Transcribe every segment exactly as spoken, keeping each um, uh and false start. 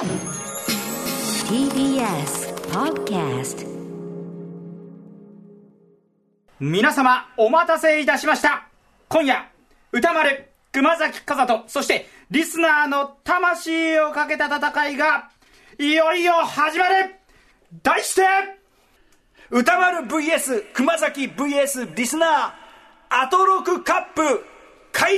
ティービーエス Podcast。 皆様お待たせいたしました。今夜歌丸熊崎風斗、そしてリスナーの魂をかけた戦いがいよいよ始まる。題して歌丸 ブイエス 熊崎 ブイエス リスナーアトロクカップ開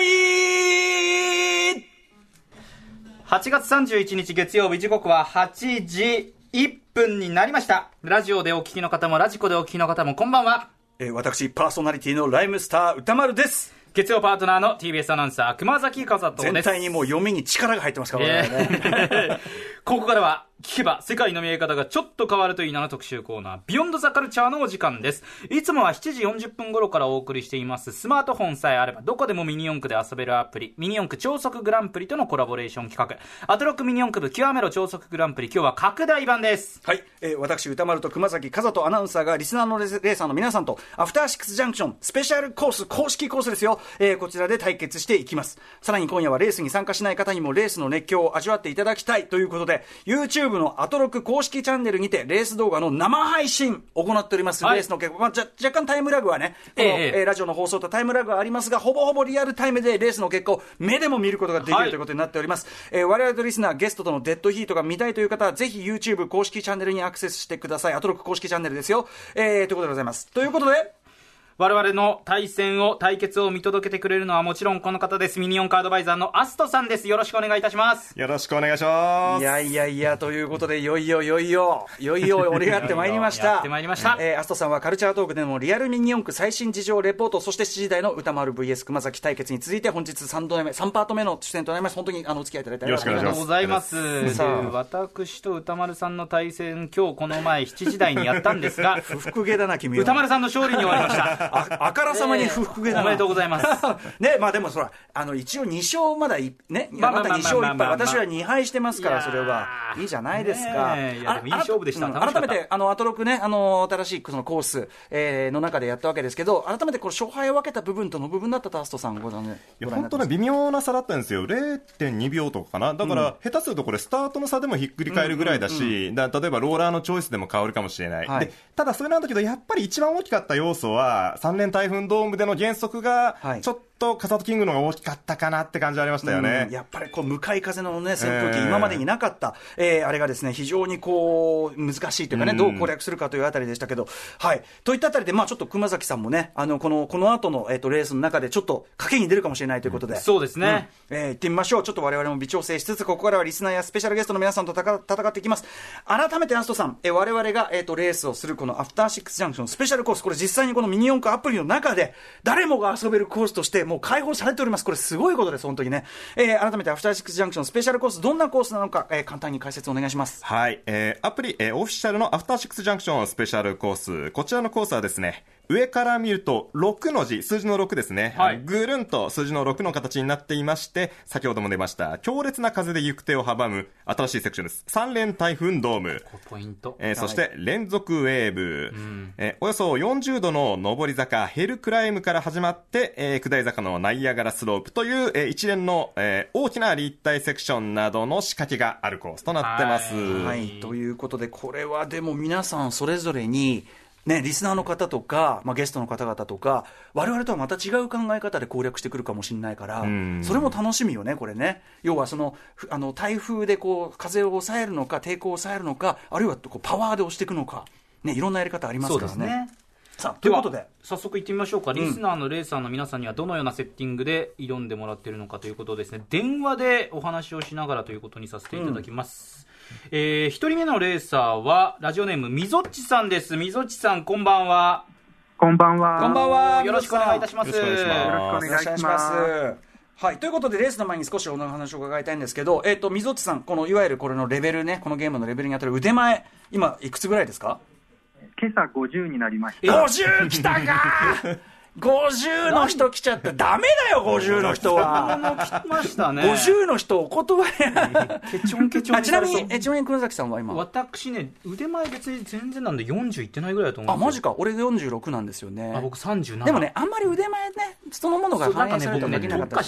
催。 はちがつさんじゅういちにち月曜日、時刻ははちじいっぷんになりました。ラジオでお聞きの方もラジコでお聞きの方もこんばんは。 えー、私パーソナリティのライムスター歌丸です。 月曜パートナーの ティービーエス アナウンサー熊崎風斗です。 全体にもう読みに力が入ってますからね、 えー、ここからは聞けば世界の見え方がちょっと変わるといいなの特集コーナー、ビヨンドザカルチャーのお時間です。いつもはしちじよんじゅっぷん頃からお送りしています。スマートフォンさえあればどこでもミニ四駆で遊べるアプリ、ミニ四駆超速グランプリとのコラボレーション企画、アトロックミニ四駆部極めろ超速グランプリ、今日は拡大版です。 はい、えー、私歌丸と熊崎風斗アナウンサーがリスナーのレーサーの皆さんとアフターシックスジャンクションスペシャルコース、公式コースですよ、えー、こちらで対決していきます。さらに今夜はレースに参加しない方にもレースの熱狂を味わっていただきたいということで、 YouTube のアトロック公式チャンネルにてレース動画の生配信行っております、はい、レースの結果、まあ、じゃ若干タイムラグはね、この、えええー、ラジオの放送とタイムラグはありますが、ほぼほぼリアルタイムでレースの結果を目でも見ることができる、はい、ということになっております。えー、我々とリスナーゲストとのデッドヒートが見たいという方はぜひ YouTube 公式チャンネルにアクセスしてください。アトロック公式チャンネルですよ、えー、ということでございます。ということで我々の対戦を対決を見届けてくれるのはもちろんこの方です。ミニ四駆アドバイザーのアストさんです。よろしくお願いいたします。 よろしくお願いします。 いやいやいや、ということでいよいよいよいよいよいよ盛り上がってまいりましたやってまいりました、 えー、アストさんはカルチャートークでのリアルミニ四駆最新事情レポート、そしてしちじ台の歌丸 ブイエス 熊崎対決に続いて本日さんどめさんパート目の出演となります。本当にあのお付き合いいただいてありがとうございます。 よろしくお願いします。私と歌丸さんの対戦、今日この前しちじ台にやったんですが不服ゲだな君は。 歌丸さんの勝利に終わりましたあ, あからさまに不服ゲだな、 おめでとうございますね。まあでもそらあの一応に勝まだいね、まだに勝いっぱい、私はにはいしてますから、それはいいじゃないですか。 いやでもいい勝負でした。 改めてあのアトロクね、あの新しいそのコース、えー、の中でやったわけですけど、改めてこの勝敗を分けた部分との部分だったターストさんご覧ね。 いや本当ね微妙な差だったんですよ。 れいてんにびょうとかかな。だから、うん、下手するとこれスタートの差でもひっくり返るぐらいだし、うんうんうん、だ例えばローラーのチョイスでも変わるかもしれない、はい、でただそれなんだけど、やっぱり一番大きかった要素はさん連台風ドームでの減速がちょっとカサトキングの方が大きかったかなって感じありましたよね、 うん、やっぱりこう向かい風の、ね、扇風機、えー、今までになかった、えー、あれがですね非常にこう難しいというかね、うん、どう攻略するかというあたりでしたけど、はい、といったあたりで、まあ、ちょっと熊崎さんもね、あのこのこの後の、えー、とレースの中でちょっと賭けに出るかもしれないということで、うん、 そうですね、 うん、えー、行ってみましょう。ちょっと我々も微調整しつつ、ここからはリスナーやスペシャルゲストの皆さんと戦っていきます。改めてアストさん、えー、我々が、えー、とレースをするこのアフターシックスジャンクションスペシャルコース、これ実際にこのミニ四駆アプリの中で誰もが遊べるコースとしてもう開放されております。これすごいことです本当にね、えー、改めてアフターシックスジャンクションスペシャルコース、どんなコースなのか、えー、簡単に解説お願いします。 はい、えー、アプリ、えー、オフィシャルのアフターシックスジャンクションスペシャルコース、こちらのコースはですね、上から見るとろくの字、数字のろくですね、はい、ぐるんと数字のろくの形になっていまして、先ほども出ました強烈な風で行く手を阻む新しいセクションです。さん連台風ドーム、 ポイント、 えー、そして連続ウェーブ、うん、えー、およそよんじゅうどの上り坂ヘルクライムから始まって、えー、下り坂のナイアガラスロープという、えー、一連の、えー、大きな立体セクションなどの仕掛けがあるコースとなってます。 はい、はい、ということで、これはでも皆さんそれぞれにね、リスナーの方とか、まあ、ゲストの方々とか我々とはまた違う考え方で攻略してくるかもしれないから、それも楽しみよねこれね。要はそのあの台風でこう風を抑えるのか抵抗を抑えるのか、あるいはこうパワーで押していくのか、ね、いろんなやり方ありますから ね, ねさあということで早速行ってみましょうか。リスナーのレーサーの皆さんにはどのようなセッティングで挑んでもらっているのかということですね。電話でお話をしながらということにさせていただきます、うん、えー、ひとりめのレーサーはラジオネームみぞっちさんです。みぞっちさんこんばんは。 こんばんは。 こんばんは。 よろしくお願いいたします。 よろしくお願いします。 はい、ということでレースの前に少しお話を伺いたいんですけど、えっとみぞっちさん、このいわゆるこれのレベルね、このゲームのレベルに当たる腕前、今いくつぐらいですか？ 今朝ごじゅうになりました。 ごじゅう来たかごじゅうの人来ちゃってダメだよ。ごじゅうの人は来ましたね。 ごじゅうの人お断りケチョンケチョン。 ちなみにえちなみに熊崎さんは今？ 私ね、腕前別に全然なんでよんじゅういってないぐらいだと思うんですよ。 あ、マジか。俺よんじゅうろくなんですよね。 あ、僕さんじゅうなな。 でもね、あんまり腕前ねそのものが反映されるとできなかった。 特化しちゃっ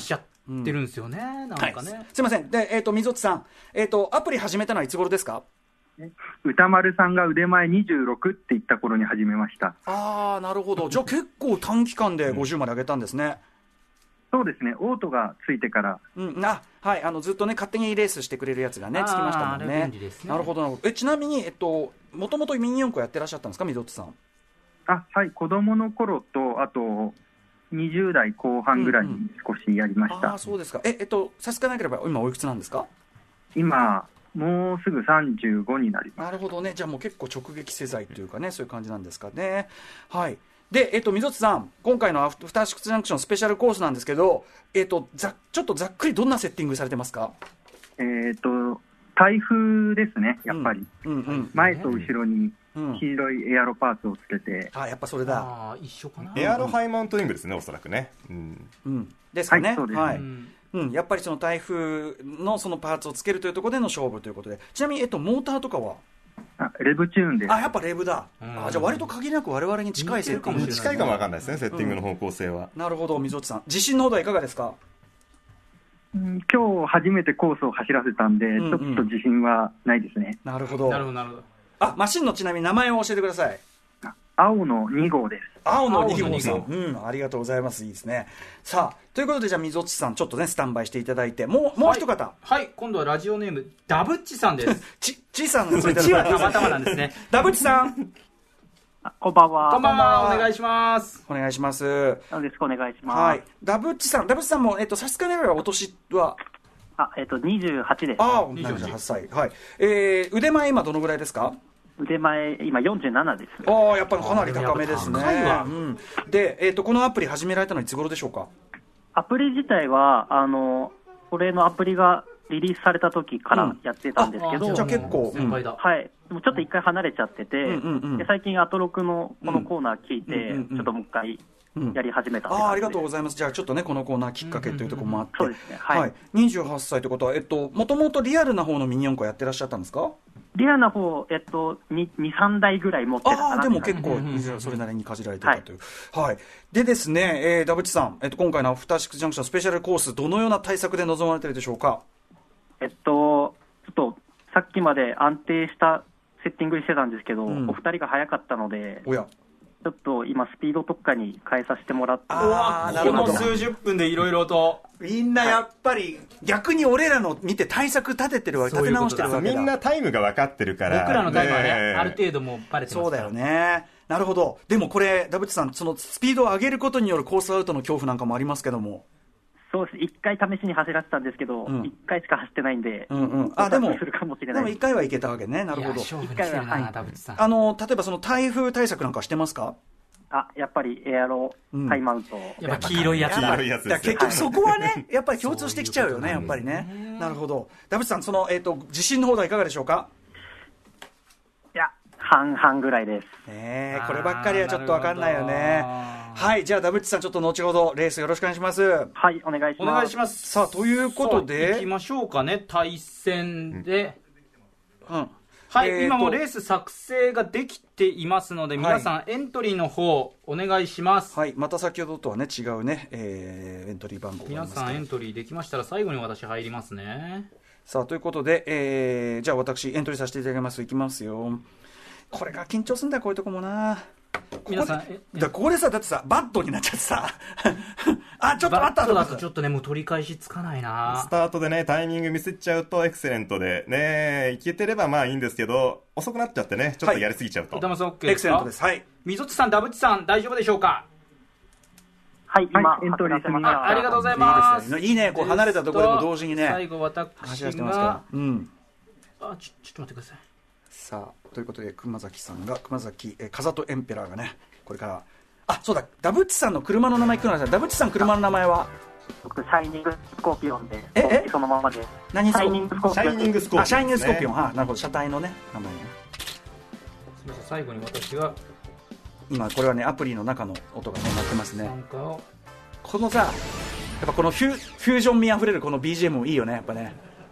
てるんですよね、うん、なんかね、 はい、すいませんで、えー、と溝地さん、えー、とアプリ始めたのはいつ頃ですか？ 歌丸さんが腕前にじゅうろくって言った頃に始めました。 ああなるほど、じゃあ結構短期間でごじゅうまで上げたんですね。 そうですね、オートがついてから、 うん、あはい、あのずっとね勝手にレースしてくれるやつがねつきましたもんね。 便利ですね。 なるほどなるほど。えちなみに、えっと、もともとミニ四駆やってらっしゃったんですか、溝地さん？ あはい子供の頃とあとにじゅう代後半ぐらいに少しやりました。 うんうん、あそうですか。ええっと差し支えなければ今おいくつなんですか？ 今もうすぐさんじゅうごになります。 なるほどね、じゃあもう結構直撃世代というかねそういう感じなんですかね。はいで、えっと、溝地さん、今回のアフターシックスジャンクションスペシャルコースなんですけど、えっと、ざちょっとざっくりどんなセッティングされてますか？ えー、と台風ですね、やっぱり、 うんうんうん、 前と後ろにうん黄色いエアロパーツをつけて、 あやっぱそれだ。 あ一緒かな。 エアロハイマウントリングですね、おそらくね。うんうん、ですかね。 はいそうですね、 はいうんうん、やっぱりその台風のそのパーツをつけるというところでの勝負ということで、ちなみに、えっと、モーターとかはあレブチューンです。 あやっぱレブだ、 うんあじゃあ割と限りなく我々に近いセッティングですね。 近いかもわかんないですね、セッティングの方向性は。 なるほど、溝地さん自信のほどはいかがですか？ うん今日初めてコースを走らせたんで、 うんうんちょっと自信はないですね。 なるほど。 なるほどなるほど。 あマシンのちなみに名前を教えてください。 あ青のに号です。 青のに号さん、 青のにうん、ありがとうございます。いいですね。さあということで、じゃあ溝地さんちょっとねスタンバイしていただいて、もうもう一方、 はい、はい、今度はラジオネームダブッチさんですちちさんがついてちはたまたまなんですね。 ダブチさんあこんばんは。 こんばんは、 こんばんはお願いします。 お願いします。 よろしくお願いします。 はい、ダブチさんダブチさんも、えっと、差し支えなければお年は？ あ、えっと、にじゅうはちです。 ああにじゅうはっさい、はいえー、腕前今どのぐらいですか？ 腕前、今よんじゅうななです。 ああやっぱりかなり高めですね。 高いわうん、で、えー、とこのアプリ始められたのはいつ頃でしょうか？ アプリ自体は、あの、これのアプリがリリースされた時からやってたんですけど、 うんあじゃあ結構先輩だ。 はい。でもちょっと一回離れちゃってて、 うんうんうんで最近アトロクのこのコーナー聞いて、 うんうんうんうんちょっともう一回やり始めたって感じで、 ああありがとうございます。じゃあちょっとねこのコーナーきっかけというところもあって、 そうですねはいにじゅうはっさいということは、えっと、もともとリアルな方のミニ四駆やってらっしゃったんですか？ リアな方、えっと、に、さんだいぐらい持ってたかなああでも結構うんうんうんそれなりにかじられてたという、はいでですね、えー、ダブチさん、えっと、今回のアフターシックスジャンクションスペシャルコースどのような対策で臨まれているでしょうか？ えっと、ちょっとさっきまで安定したセッティングしてたんですけど、 うんお二人が早かったので、 おやちょっと今、スピード特化に変えさせてもらって、 あーなこのるほど数十分でいろいろと。 みんなやっぱり逆に俺らの見て対策立ててるわけ、立て直してるわけだ。 みんなタイムが分かってるから、 僕らのタイムはね、 えある程度もうバレてますから。 そうだよね。なるほど。でもこれダブチさん、そのスピードを上げることによるコースアウトの恐怖なんかもありますけども。 そうです、いっかい試しに走らせたんですけど、 うんいっかいしか走ってないんで、 うんうん、あでもするかもしれでもいっないです。 かいはいけたわけね。なるほど。 いや勝負に来てるな、 一回ははい田淵さん。 あの例えばその台風対策なんかしてますか？ あ、やっぱりエアロうんハイマウント、 やっぱ黄色いやつ黄だ。 色いやつですよだから結局そこはね、やっぱり共通してきちゃうよね、やっぱりね。なるほど。ダブチさん、その、えっと、自信の方はいかがでしょうか？ いや、半々ぐらいです。 ねえ、こればっかりはちょっとわかんないよね。 あーなるほどはい、じゃあダブチさん、ちょっと後ほどレースよろしくお願いします。 はい、お願いします。 お願いします。 さあということでさあ行きましょうかね、対戦で。 うん。 はい、 えーと今もレース作成ができていますので、皆さんエントリーの方、お願いします。 はい、また先ほどとはね、違うね、えーエントリー番号があり皆ますからさんエントリーできましたら、最後に私入りますね。 さあということで、えーじゃあ私エントリーさせていただきます。いきますよ。これが緊張するんだよ、こういうとこもな。ここで皆さんえだからここでさ、だってさ、バットになっちゃってさあ、ちょっと待ったバットだとちょっとね、もう取り返しつかないなス。タートでね、タイミングミスっちゃうとエクセレントでね、いけてればまあいいんですけど、遅くなっちゃってね、ちょっとやりすぎちゃうと。 歌間さん OK エですかクセレントで？す。はい。 溝地さん、ダブチさん、大丈夫でしょうか？ はい、今、 はいエントリー済みましたあありがとうございます。 いいですねいいねこう離れたところでも同時にね最後私走らせてますかがら。うん。 あちょちょっと待ってください。 さあということで熊崎さんが熊崎、えー、風戸エンペラーがねこれからあそうだダブッチさんの車の名前聞くのはダブッチさん車の名前は僕、シャイニングスコーピオンで、 ええそのままで、シ何ャイニングスコーシピオンャイニングスコーピオン、 あシャイニングスコーピオン、 ン。 はなるほど車体のね名前ね。 すみません、最後に私が今これはねアプリの中の音がね鳴ってますね。 参加を。 このさやっぱこのフュフュージョン味あふれるこの ビージーエム もいいよねやっぱね。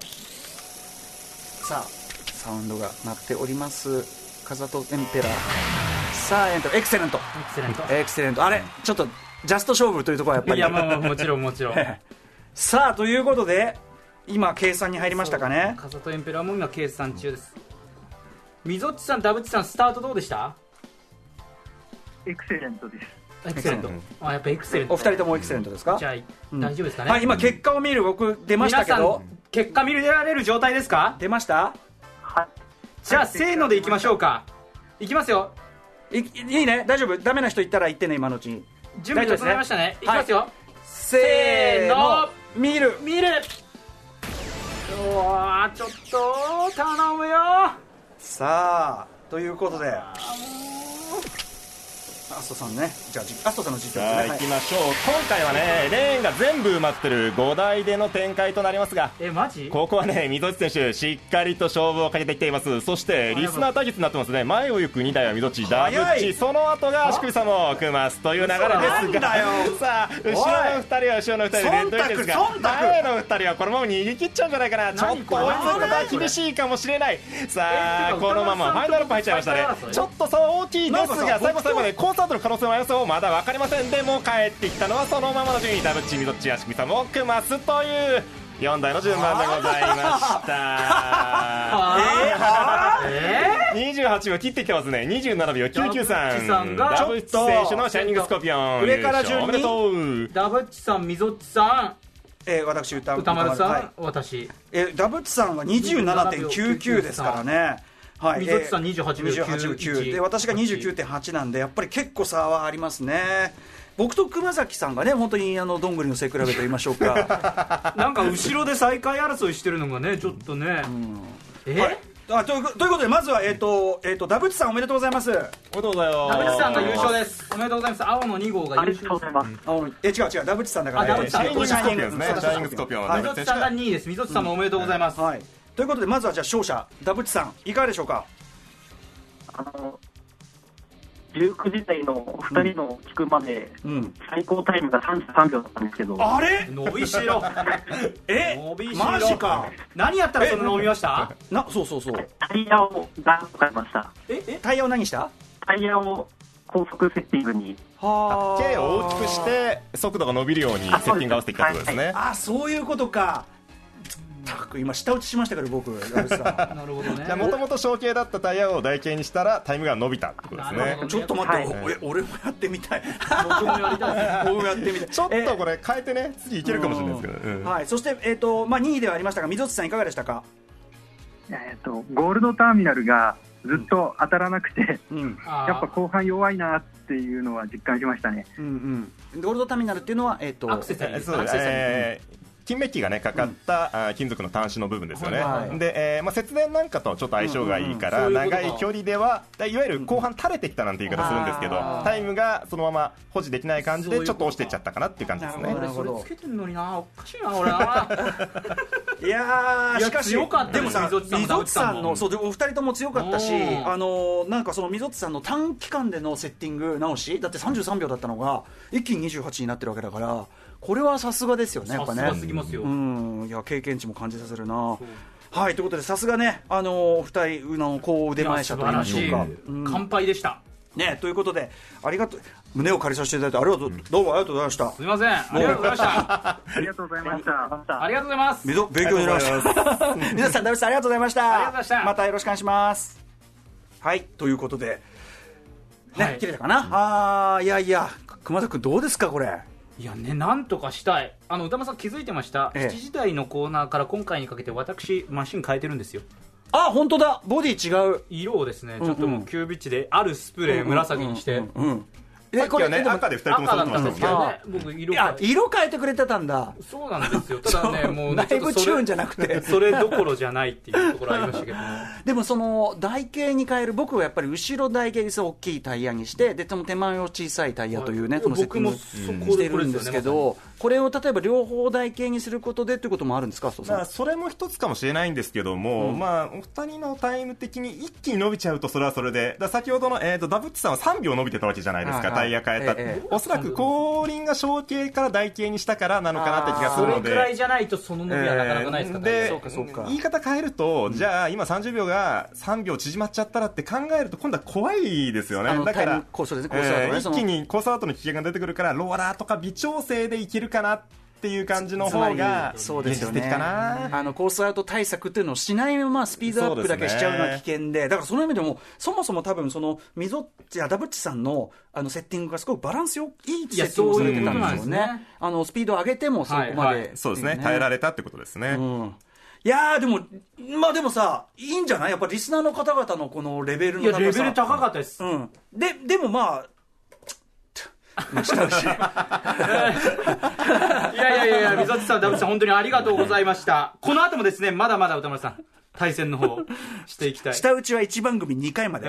さあサウンドが鳴っております風戸エンペラー。さあエントエクセレントエクセレント。 エクセレントあれちょっとジャスト勝負というところはやっぱりいや、まあまあ、もちろんもちろん。 さあということで今計算に入りましたかね。 カサとエンペラーも今計算中です。みぞっちさん、ダブッチさん、スタートどうでした？ エクセレントです。 エクセレント。あ、やっぱエクセレント。 お二人ともエクセレントですか？ じゃあ、うん、大丈夫ですかね。 はい、今結果を見る、僕出ましたけど、 結果見られる状態ですか？ 出ました？ はい。 じゃあせーのでいきましょうか。いきますよ。 い, いいね、大丈夫。ダメな人言ったら言ってね、今のうちに。 準備整いましたね。いきますよ、はい、 せーの、見る見る。うわー、ちょっと頼むよ。 さあということでアストさんね、じゃあアストさんの実況ですね。 行きましょう、はい、今回はねレーンが全部埋まってるご台での展開となりますが、 えマジここはね溝内選手しっかりと勝負をかけてきています。そしてリスナー対決になってますね。前を行くにだいは溝内、ダブッチ、その後が足首さんも組ますという流れですが、さあ後ろのふたりは後ろのふたりでレッドインですが、前のふたりはこのまま逃げ切っちゃうんじゃないかな。ちょっと追いつくことは厳しいかもしれない。さあこのままファイナルパ入っちゃいましたね。ちょっと差は大きいですが、最後最後までコースアウトの可能性もありますよ。まだ分かりません。でも帰ってきたのはそのままの順位、ダブッチ、ミドッチ、足首さんも組ますというよんだいの順番でございましたえー、にじゅうはちびょう切ってきてますね。にじゅうななびょうきゅうきゅうさん、ダブッチ選手のシャイニングスコーピオン上から順におめでとう。 ダブッチさん、ミゾッチさん、 えー、私歌歌丸さん、 はい、 私、 えー、ダブッチさんは にじゅうななてんきゅうきゅう ですからね。はい、 みぞっちさんにじゅうはちびょうきゅうで私が にじゅうきゅうてんはち なんでやっぱり結構差はありますね。僕と熊崎さんがね本当にあのどんぐりの背比べと言いましょうかなんか後ろで最下位争いしてるのがねちょっとね、うん、え、 はい、あというということでまずは、えーとえー、とダブッチさんおめでとうございます。おめでとうございます。 ダブッチさんが優勝です。おめでとうございます。青のに号が優勝です。 ありがとうございます。 青のえ違う違うダブッチさんだから、 あダブッチさん、 シャイニングスコーピオンですね。 シャイニングスコーピオン、 みぞっちさんがにいです。みぞっちさんもおめでとうございます、 うんはい、ということでまずはじゃあ勝者ダブッチさんいかがでしょうか。 あのじゅうくじ台のふたりの聞くまで、うん、最高タイムがさんじゅうさんびょうだったんですけど、 あれ伸びしろえ伸びしろマジか。 何やったらその伸びました？ なそうそうそうタイヤをガンと買いました。 ええタイヤを何した？ タイヤを高速セッティングに、 は径を大きくして速度が伸びるようにセッティング合わせていったってことですね。 あ、そういうことか。今下打ちしましたから僕なるほどね。 もともと小径だったタイヤを台径にしたらタイムが伸びたってことですね。 ねちょっと待って、はい、俺もやってみたい僕もやりたい僕もやってみたいちょっとこれ変えてね次いけるかもしれないですけど、うんはい、そして、えーとまあ、にいではありましたが溝内さんいかがでしたか。 えー、とゴールドターミナルがずっと当たらなくて、うん、やっぱ後半弱いなっていうのは実感しましたね、 うんうん、ゴールドターミナルっていうのは、えー、とアクセサリーです。 そうです、えー金メッキが、ね、かかった、うん、金属の端子の部分ですよね、はいはい、でえーまあ、節電なんかとちょっと相性がいいから、うんうんうん、長い距離ではいわゆる後半垂れてきたなんて言い方するんですけど、うん、タイムがそのまま保持できない感じでちょっと押していっちゃったかなっていう感じですね。 俺それつけてんのにな、おかしいな俺ないやーしかし強かったでもさ溝内さんのそうお二人とも強かったし、あのー、なんかその溝内さんの短期間でのセッティング直しだってさんじゅうさんびょうだったのが一気ににじゅうはちになってるわけだからこれはさすがですよね。やっぱねさすがすぎますよ、 うん、いや経験値も感じさせるな。はいということでさすがねあのー、ふたりの高腕前者と言いましょうか、 うん、乾杯でしたね。ということでありがとう胸を借りさせていただいてありがとう、うん、どうもありがとうございました。 すみませんありがとうございましたありがとうございましたありがとうございます。 勉強になりました皆さんダブさんありがとうございました。 ありがとうございました。 またよろしくお願いします。はいということでね、はい、切れたかな、うん、あーいやいや熊田君どうですかこれ。 いやね、なんとかしたい。あの歌間さん気づいてました、ええ、しちじ台のコーナーから今回にかけて私マシン変えてるんですよ。 あ本当だボディ違う色をですね、うんうん、ちょっともう急ピッチであるスプレー紫にして、うんうんうんうんさっきはね赤でふたりとも揃ってましたもんね。 僕色いや色変えてくれてたんだ。 そうなんですよ。ただねもう内部チューンじゃなくてそれどころじゃないっていうところありましたけど、ね、 でもその台形に変える僕はやっぱり後ろ台形に大きいタイヤにしてでその手前を小さいタイヤというね、はい、このセッティングしてるんですけど、これを例えば両方台形にすることでということもあるんですか。 まあ、それも一つかもしれないんですけども、うん、まあお二人のタイム的に一気に伸びちゃうとそれはそれでだ先ほどの、えー、とダブッチさんはさんびょう伸びてたわけじゃないですか、はいはい、タイヤ変えた、ええおそらく後輪が小径から台形にしたからなのかなって気がするので、 それくらいじゃないとその伸びはなかなかないですか、ねえー、でそうかそうか言い方変えると、うん、じゃあ今さんじゅうびょうがさんびょう縮まっちゃったらって考えると今度は怖いですよね。だから、 コースですね、コースアウトね、 えー、一気にコースアウトの危険が出てくるからローラーとか微調整でいけるかなってっていう感じの方が現実的かな。 あのコースアウト対策っていうのをしないままスピードアップだけしちゃうのは危険 で, でだからその意味でもそもそも多分そのみぞっちやダブッチさん の, あのセッティングがすごくバランスよいいセッティングされてたんですよね。ねあのスピードを上げてもそこまで、はいはい、 そうですね、耐えられたってことですね、うん、 いやーでもまあでもさいいんじゃないやっぱリスナーの方々のこのレベルの高さ。 いやレベル高かったです、 うん、で, でもまあまあ、下打ちいやいやいやいや、みぞっちさん、ダブチさん、本当にありがとうございました。この後もですね、まだまだ歌丸さん、対戦の方していきたい。 下打ちはいち番組にかいまで。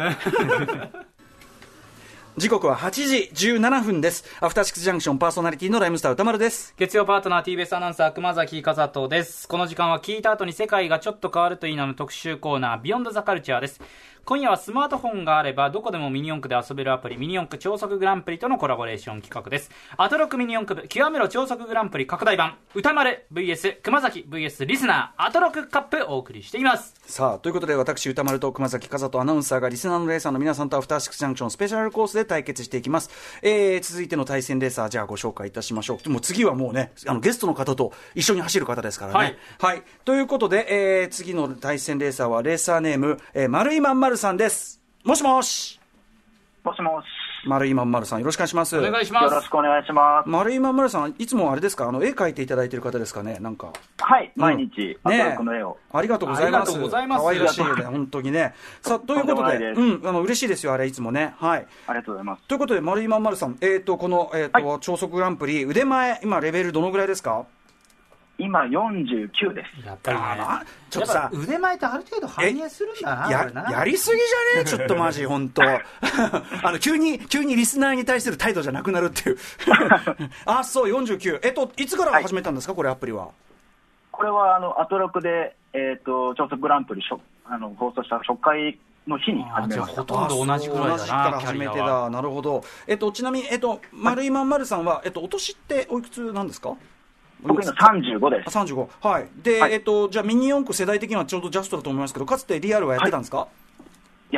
時刻ははちじじゅうななふんです。アフターシックスジャンクションパーソナリティのライムスター歌丸です。 月曜パートナー ティービーエス アナウンサー熊崎和人です。この時間は聞いた後に世界がちょっと変わるといいなの特集コーナー、ビヨンドザカルチャーです。今夜はスマートフォンがあればどこでもミニ四駆で遊べるアプリミニ四駆超速グランプリとのコラボレーション企画です。アトロックミニ四駆部極めろ超速グランプリ拡大版歌丸 ブイエス 熊崎 ブイエス リスナーアトロックカップお送りしています。 さあということで私歌丸と熊崎和人アナウンサーがリスナーのレーサーの皆さんとアフターシックスジャンクションスペシャルコースで対決していきます。えー、続いての対戦レーサーじゃあご紹介いたしましょう。もう次はもうねあのゲストの方と一緒に走る方ですからね。はい、はい、ということで、えー、次の対戦レーサーはレーサーネーム、えー、丸井まんまるさんです。もしもし。 もしもし。 丸井まんまるさんよろしくお願いします。 お願いします。 よろしくお願いします。 丸井まんまるさんいつもあれですかあの絵描いていただいている方ですかねなんか。 はい、うん、毎日アトロックの絵を、 ね、ありがとうございます。可愛らしいよね本当にね。さあということでうんあの嬉しいですよあれいつもねはいありがとうございます。 ということで丸井まんまるさんえっ、ー、とこのえっ、ー、と、はい、超速グランプリ腕前今レベルどのぐらいですか。 今よんじゅうきゅうです。 やっぱりねちょっとさ腕前ってある程度反映するんだな。 や, やりすぎじゃねえちょっとマジ本当あの急に急にリスナーに対する態度じゃなくなるっていうあそうよんじゅうきゅうえっといつから始めたんですか、はい、これアプリは。 これはあのアトロクで、えー、と超速グランプリしょあの放送した初回の日に始めました。 ほとんど同じぐらいだな。同じから始めてだ。なるほど。えっとちなみにえっと丸井まんまるさんはえっとお年っておいくつなんですか。 僕今さんじゅうごです。 さんじゅうごはいで、はい、えっとじゃあミニ四駆世代的にはちょうどジャストだと思いますけどかつてリアルはやってたんですか。はい、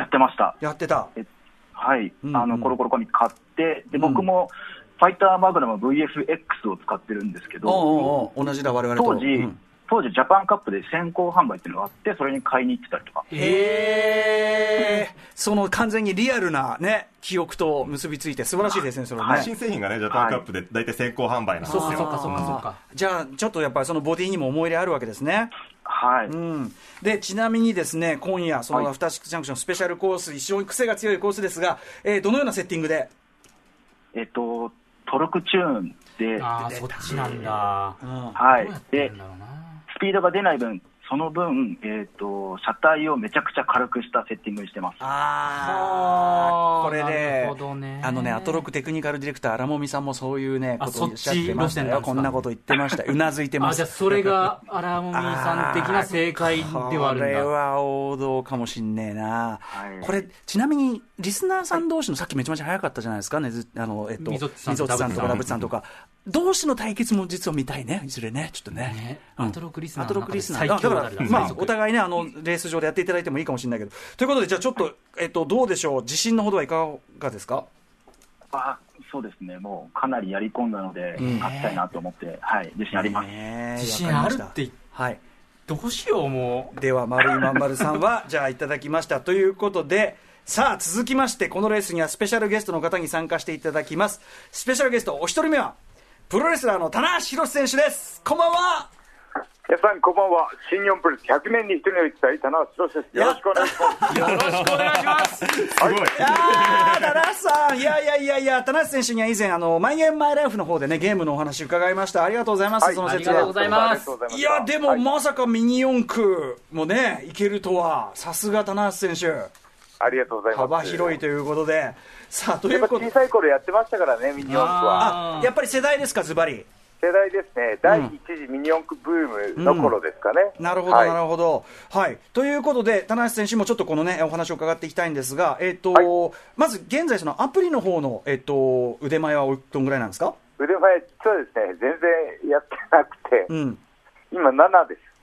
やってました。 やってたはい、うんうん、あのコロコロコミ買ってで僕もファイターマグナム ブイエフエックス を使ってるんですけど、 おうおう同じだ我々と当時、うん当時ジャパンカップで先行販売っていうのがあってそれに買いに行ってたりとか。 へーその完全にリアルなね記憶と結びついて素晴らしいですねそれね、 はい、新製品がねジャパンカップで大体先行販売なんですよ。 そうかそうかそうかそうか。 じゃあちょっとやっぱりそのボディにも思い入れあるわけですね。 はい、 うん、でちなみにですね今夜そのアフターシックスジャンクションスペシャルコース非常に癖が強いコースですが、えー、どのようなセッティングで。 えっとトルクチューンであそっちなんだ、 うん、はいでスピードが出ない分その分、えー、と車体をめちゃくちゃ軽くしたセッティングにしてます。 あこれで、 ね、 あのねアトロックテクニカルディレクター荒もさんもそういうねことをおっしゃってましたよ。こんなこと言ってましたうなずいてます。 あじゃあそれが荒もさん的な正解ではあるんだ。 これは王道かもしんねえな、はい、これちなみにリスナーさん同士の、はい、さっきめちゃめちゃ早かったじゃないですかねあの、えっと、みぞっちさんとかダブチさんとか同士の対決も実は見たいねいずれねちょっとね、ねうん、アトロックリスナーアトロックリスナーだからまあお互いねあのレース上でやっていただいてもいいかもしれないけどということでじゃあちょっと、えっと、どうでしょう自信のほどはいかがですか。 あそうですねもうかなりやり込んだので、うん、勝ちたいなと思って、はい、自信あります、 ね、自信あるってはいどうしようもうでは丸井まんまるさんはじゃあいただきましたということでさあ続きましてこのレースにはスペシャルゲストの方に参加していただきます。スペシャルゲストお一人目はプロレスラーの棚橋宏選手です。こんばんは。 皆さんこんばんは。新日本プロレスひゃくねんに一人の一体棚橋宏です。よろしくお願いします。 よろしくお願いしますすごい、はい、いや棚橋さんいやいやいやいや棚橋選手には以前あのマイゲームマイライフの方でねゲームのお話伺いました。ありがとうございます、はい、その説明ありがとうございます。 いやでも、はい、まさかミニ四駆もねいけるとはさすが棚橋選手ありがとうございます。 幅広いということでさあということで小さい頃やってましたからねミニ四駆は。 あやっぱり世代ですかズバリ。 世代ですね。第一次ミニ四駆ブームの頃ですかね、 うんうん、なるほど、はい、なるほど、はい、ということで棚橋選手もちょっとこのねお話を伺っていきたいんですが、えーとはい、まず現在そのアプリの方の、えーと腕前はどんぐらいなんですか。 腕前そうですね全然やってなくて、 うん、 今ななです。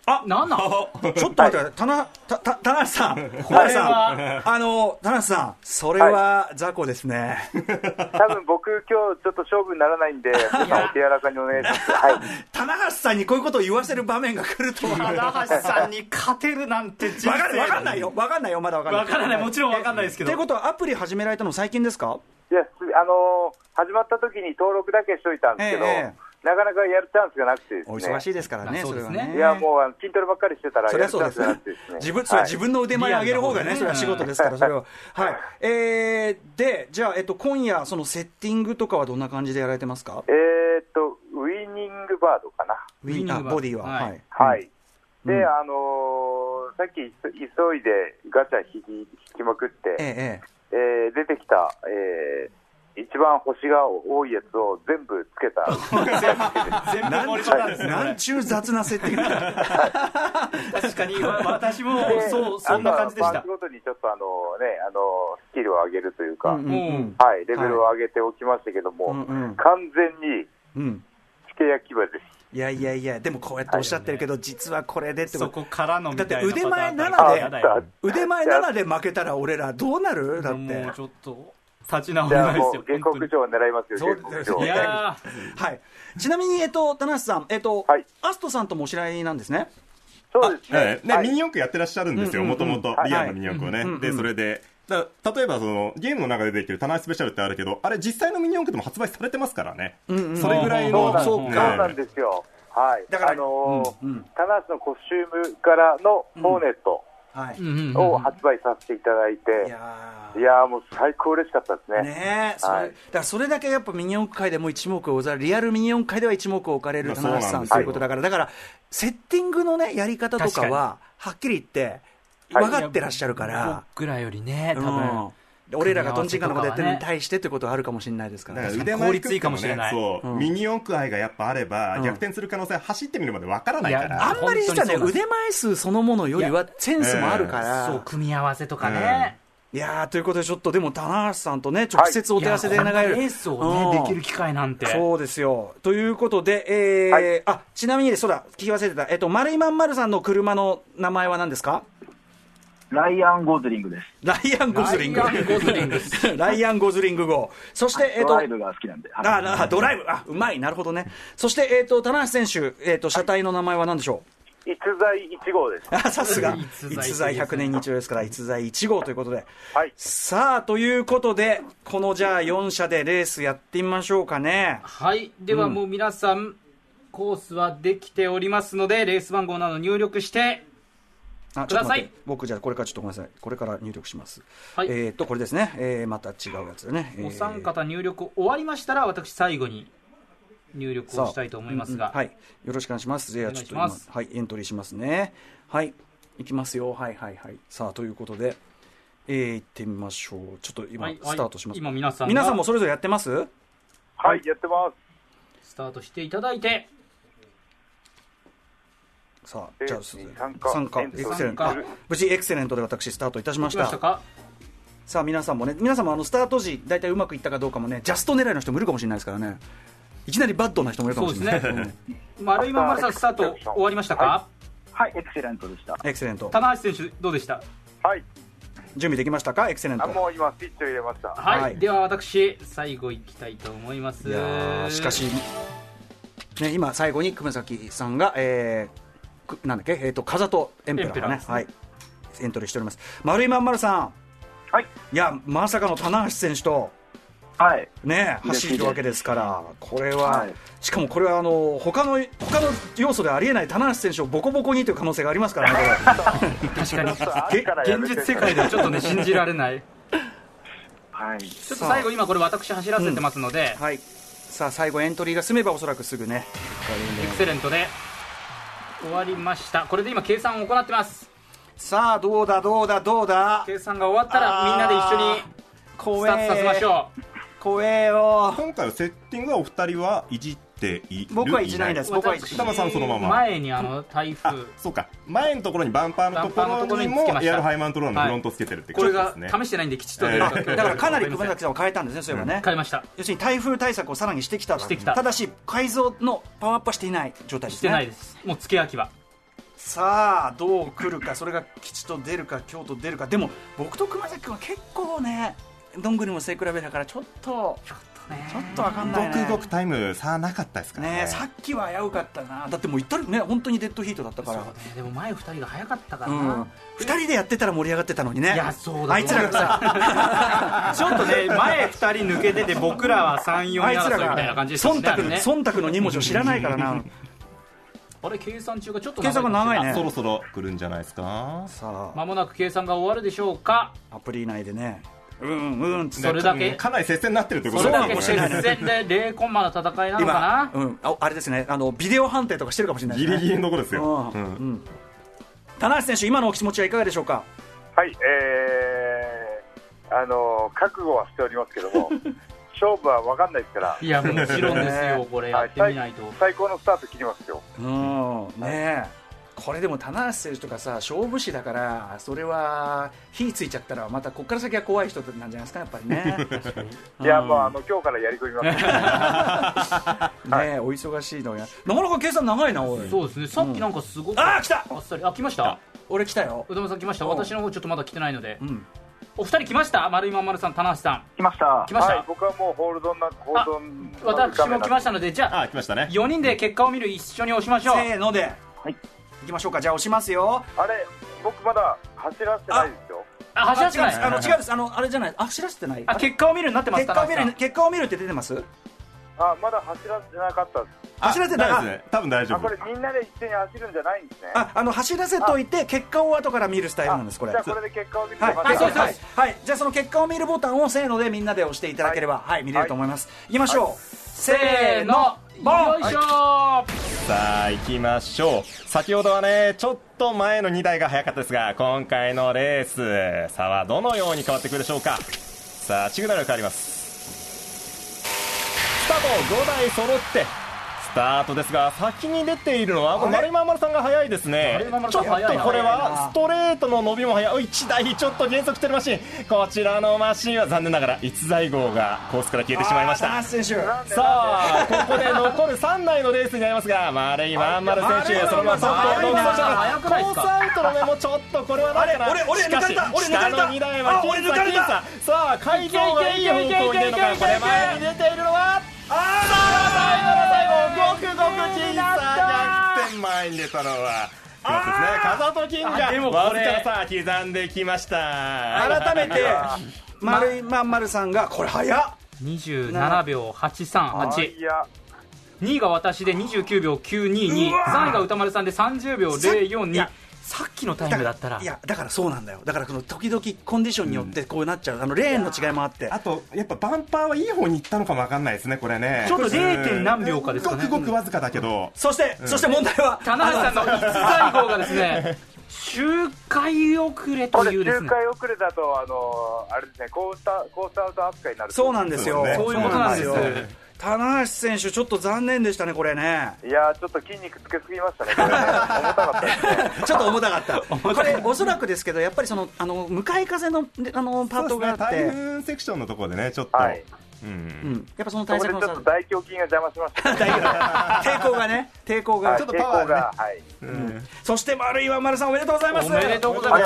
あ、なんなんちょっと待って、たな、た、た、田中さん、田中さん、あの、田中さん、それは雑魚ですね。 多分僕今日ちょっと勝負にならないんで、皆さんお手柔らかにお願いします。はい。 棚橋さんにこういうことを言わせる場面が来るとは。 棚橋さんに勝てるなんて人生わかんない、わかんないよ。わかんないよ、まだわかんない。 わからない、もちろんわかんないですけど。 ということはアプリ始められたの最近ですか？ いや、あのー、始まった時に登録だけしといたんですけど、ええなかなかやるチャンスがなくてですね。 お忙しいですからね、それはね。 いや、もうあの筋トレばっかりしてたら、 それはそうですね。自分、それは自分の腕前上げる方がね、それは仕事ですから、それは。はい。えー、で、じゃあ、えっと、今夜、そのセッティングとかはどんな感じでやられてますか？ えーっと、ウィニングバードかな。 ウィニングボディは。 はい。はい。で、あの、さっき急いでガチャ引きまくって、ええ、出てきた、えー、一番星が多いやつを全部つけた全部盛り込んだんですね。 なんちゅう雑な設定確かに私もそうそんな感じでした。 パーツごとにちょっとあのねあのスキルを上げるというか、うんうん、はいレベルを上げておきましたけども、はい、完全に地形焼き場です。 いやいやいや、でもこうやっておっしゃってるけど、はい、実はこれでってそこからのみたいな。 だって腕前ななで腕前ななで負けたら俺らどうなる？だってもうちょっと立ち直らないですよ。 原告長を狙いますよ。原告長。 いやはい。ちなみにえっと田無さん、えっと、はい、アストさんともお知り合いなんですね。 そうですね。 ね、はい、ミニ四駆やってらっしゃるんですよ。もともとリアルなミニ四駆をね。はい、でそれで。だ例えばそのゲームの中で出てきてる棚橋スペシャルってあるけど、あれ実際のミニ四駆でも発売されてますからね。うんうん、それぐらいのそうなんですよ。はい。だからあのーうんうん、棚橋のコスチュームからのホーネット。うんはい、を発売させていただいて、いやー、いやーもう最高嬉しかったですね。 ねえ、はい、だからそれだけやっぱミニ四駆界でも一目置かれる、リアルミニ四駆界では一目置かれる棚橋さんということだから、だからセッティングのねやり方とかははっきり言って分かってらっしゃるから、はい、 僕らよりね多分。うん俺らがトンチンカンのことやってるのに対してということはあるかもしれないですから、ね、 腕前効率いいかもしれない。そう、うん、ミニ四駆愛がやっぱあれば、うん、逆転する可能性は走ってみるまでわからないから。 あんまり実はね腕前数そのものよりはセンスもあるから、 えー、そう組み合わせとかね、 うん、いやーということでちょっとでも棚橋さんとね直接お手合わせで長いレースをね、うん、できる機会なんて。 そうですよ。ということで、えーはい、あちなみにそうだ聞き忘れてた、えっと丸井まんまるさんの車の名前は何ですか？ ライアン・ゴズリングです。 ライアン・ゴズリング。ライアン・ゴズリング。ライアン・ゴズリング号。そして、えっと、 ドライブが好きなんで。 ああ、ドライブ。あ、うまい。なるほどね。そして、えっと、棚橋選手、えっと、車体の名前は何でしょう？逸材いち号です。 あ、さすが。逸材ひゃくねん日曜ですから、逸材いち号ということで。はい。さあ、ということで、このじゃあよん社でレースやってみましょうかね。 はい。ではもう皆さん、うん、コースはできておりますので、レース番号など入力して、 あ、ちょっと待って、僕じゃあこれからちょっとごめんなさい、これから入力します。はい、えっとこれですね、えー、また違うやつでね。 お三方入力終わりましたら私最後に入力をしたいと思いますが、 うんうん、はい、よろしくお願いします。じゃあちょっと今はいエントリーしますね。はい、いきますよ。はいはいはい。さあということで、えー、行ってみましょう。ちょっと今、はい、スタートします。 今皆さん皆さんもそれぞれやってます？ はい、やってます。 スタートしていただいて。 さあ、じゃあ参加エクセレント、無事エクセレントで私スタートいたしました。さあ皆さんもね、皆さんもあのスタート時大体うまくいったかどうかもね、ジャスト狙いの人もいるかもしれないですからね。いきなりバッドな人もいるかもしれない。そうですね。 丸今丸さんスタート終わりましたか？ はい、はい、エクセレントでした。 エクセレント。 棚橋選手どうでした？ はい。 準備できましたか？エクセレント。 あ、もう今スイッチを入れました。 はい。はい、では私最後いきたいと思います。 いやしかしね、今最後に熊崎さんが、えーなんだっけ、えーと、風とエンペラーがね、はい、エントリーしております。丸井まんまるさん、 はい、 いやまさかの棚橋選手と、 はい、 ね走るわけですから、これは、はい、しかもこれはあの他の他の要素でありえない棚橋選手をボコボコにという可能性がありますからね。 確かに現実世界ではちょっとね信じられない。はい、ちょっと最後今これ私走らせてますので、 うん、はい、さあ最後エントリーが済めばおそらくすぐねエクセレントで終わりました。これで今計算を行ってます。 さあどうだどうだどうだ。 計算が終わったらみんなで一緒にスタートさせましょう。 怖えよ。 今回のセッティングはお二人はいじっている？ 僕はいじないです。僕はいじない。さんそのまま前にあの台風、 そうか、前のところにバンパーのところにもエアロハイマントローのフロントつけてるってことですね。 これが試してないんできちっと出るか、えー、 だからかなり熊崎さんを変えたんですね。そういえばね、 変えました。 要するに台風対策をさらにしてきた。 してきた。 ただし改造のパワーアップはしていない状態ですね。 してないです。もう付け焼きはさあどう来るか、それが吉と出るか京都出るか。でも僕と熊崎君は結構ね、どんぐりも背比べだからちょっとちょっとねちょっと分かんないね。 ごくごくタイム差なかったですからね。 ね、さっきは危うかったな。だってもう言ったらね、本当にデッドヒートだったから。 そうね、でも前ふたりが早かったからな、 うん、ふたりでやってたら盛り上がってたのにね。 いやそうだ、 あいつらがさちょっとね前ふたり抜けてて僕らはさん、よん争いみたいな感じでしたしね。 忖度、忖度のに文字を知らないからなあれ計算中がちょっと計算が長いね。 そろそろ来るんじゃないですか。 さあ間もなく計算が終わるでしょうか。 アプリ内でね、うんうんそれだけかなり接戦になってるってことですね。それだけ接戦でゼロコンマの戦いなのかな。 うん、あ, あれですね、あのビデオ判定とかしてるかもしれないですね。 ギリギリのところですよ、うんうんうん、棚橋選手、今のお気持ちはいかがでしょうか。 はい、えー、あの覚悟はしておりますけども勝負は分かんないですから。 いやもちろんですよこれやってみないと、 はい、最, 最高のスタート切りますよ。 うんねえ、これでも棚橋選手とかさ、勝負師だからそれは火ついちゃったらまたここから先は怖い人なんじゃないですか、やっぱりねいや、もうあの今日からやり込みますねえ、お忙しいのやなかなか計算長いな。おい、 そうですね、さっきなんかすごく、 うん、あー来たあっさり、あ来ました。 俺来たよ。 宇多間さん来ました。私の方ちょっとまだ来てないので、 うん、 お二人来ました。丸井まんまるさん、棚橋さん来ました来ました、 はい、僕はもうホールドなホールド私も来ましたので、じゃああ来ましたね。 よにんで結果を見る、一緒に押しましょう。 せーので、はい、いきましょうか。じゃあ押しますよ。 あれ僕まだ走らせてないですよ。 あ走らせてない。 あの違うんです、あのあれじゃない、あ走らせてない。 あ結果を見るになってます。 結果を見る、結果を見るって出てます。 あまだ走らせてなかったです。 走らせてないですね。多分大丈夫。 あこれみんなで一斉に走るんじゃないんですね。 ああの走らせといて結果を後から見るスタイルなんです。これじゃあこれで結果を見る。 はい、 まはい、そうです、はい、じゃあその結果を見るボタンをせーのでみんなで押していただければ、はい、はい、見れると思います。いきましょう、はい、せーのボン、 よいしょー、 はい、さあ行きましょう。先ほどはねちょっと前のにだいが早かったですが、今回のレース差はどのように変わってくるでしょうか。さあシグナルが変わります。スタートごだい揃ってスタートですが、先に出ているのは丸井まんまるさんが早いですね。ちょっとこれはストレートの伸びも速い。いちだいちょっと減速してるマシン、こちらのマシンは残念ながら逸材号がコースから消えてしまいました。さあここで残るさんだいのレースになりますが、丸井まんまる選手そのままトップを独走してコースアウトの目もちょっとこれはないかな。しかし下のにだいは僅差僅差。さあ会場がいい方向に出るのか。これ前に出ているのはあー、最後の最後ごくごく小さ逆転。前に出たのはそうですね、風と金がわずかさ刻んできました。 改めて丸井まんまるさんがこれ早っにじゅうななびょうはちさんはち、にいが私でにじゅうきゅうびょうきゅうにに、さんいが歌丸さんでさんじゅうびょうゼロよんに。さっきのタイムだったら、 いやだからそうなんだよ。だからこの時々コンディションによってこうなっちゃう、あのレーンの違いもあって、 あとやっぱバンパーはいい方に行ったのかも分かんないですね。これねちょっと ゼロ. 何秒かですかね。 ごくごくわずかだけど、 そして、うん、そして問題は棚橋さんの逸材号がですね周回遅れというですね、 周回遅れだとあのあれですね、コースタコースアウト扱いになる。 そうなんですよ、 そういうことなんですよ。 棚橋選手ちょっと残念でしたねこれね。 いやちょっと筋肉つけすぎましたねこれね重たかったですねちょっと重たかったこれおそらくですけど、やっぱりそのあの向かい風のあのパートがあって、 台風セクションのところでねちょっと、はい、うんうん、 やっぱその対策のちょっと大胸筋が邪魔しました、 ね、抵抗がね抵抗が、 はい、 ちょっとパワーが、ね、 はい、 うん、そして丸井まんまるさんおめでとうございます。 おめでとうございます。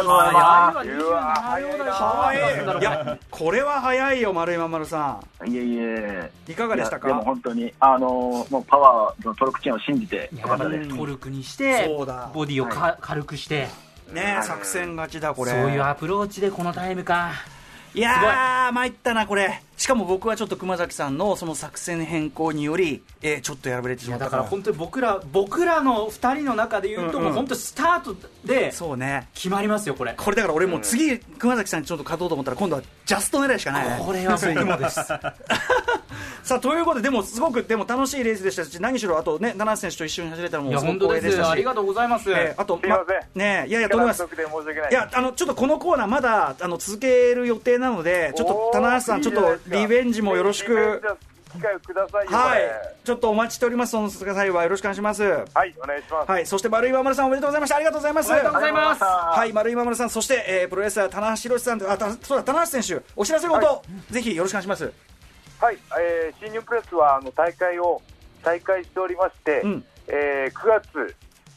早い。いやこれは早いよ丸井まんまるさん。いえいえ、 いかがでしたか。 でも本当にあのもうパワーのトルクチェーンを信じてよかったです。 トルクにしてボディをか、はい、軽くしてね、はい、作戦勝ちだこれ。 そういうアプローチでこのタイムか。 いやー参ったなこれ。しかも僕はちょっと熊崎さんのその作戦変更により、えー、ちょっと敗れてしまったから。 だから本当に僕ら僕らのふたりの中で言うと、うんうん、もう本当スタートでそうね決まりますよこれ。 これだから俺もう次、うん、熊崎さんにちょっと勝とうと思ったら今度はジャスト狙いしかない、ね、 これはそういうもですさあということででもすごくでも楽しいレースでしたし、何しろあとね七瀬選手と一緒に走れたのもすごく光栄でしたし、 ありがとうございます、 えー、あとすいません、 ま、ねいやいやと思います。いやあのちょっとこのコーナーまだあの続ける予定なので、ちょっと棚橋さんちょっとリベンジもよろしく機会をくださいよ。 はい、ちょっとお待ちしております。その際はよろしくお願いします。 はい、お願いします。 はい、そして丸井まんまるさんおめでとうございました。ありがとうございます。 ありがとうございます。 はい、丸井まんまるさん、そして、えー、プロレスラー棚橋宏さん、あたそうだ棚橋選手お知らせごと、はい、ぜひよろしくお願いします。 はい、えー、新日本プロレスはあの大会を再開しておりまして、うん、えー、くがつ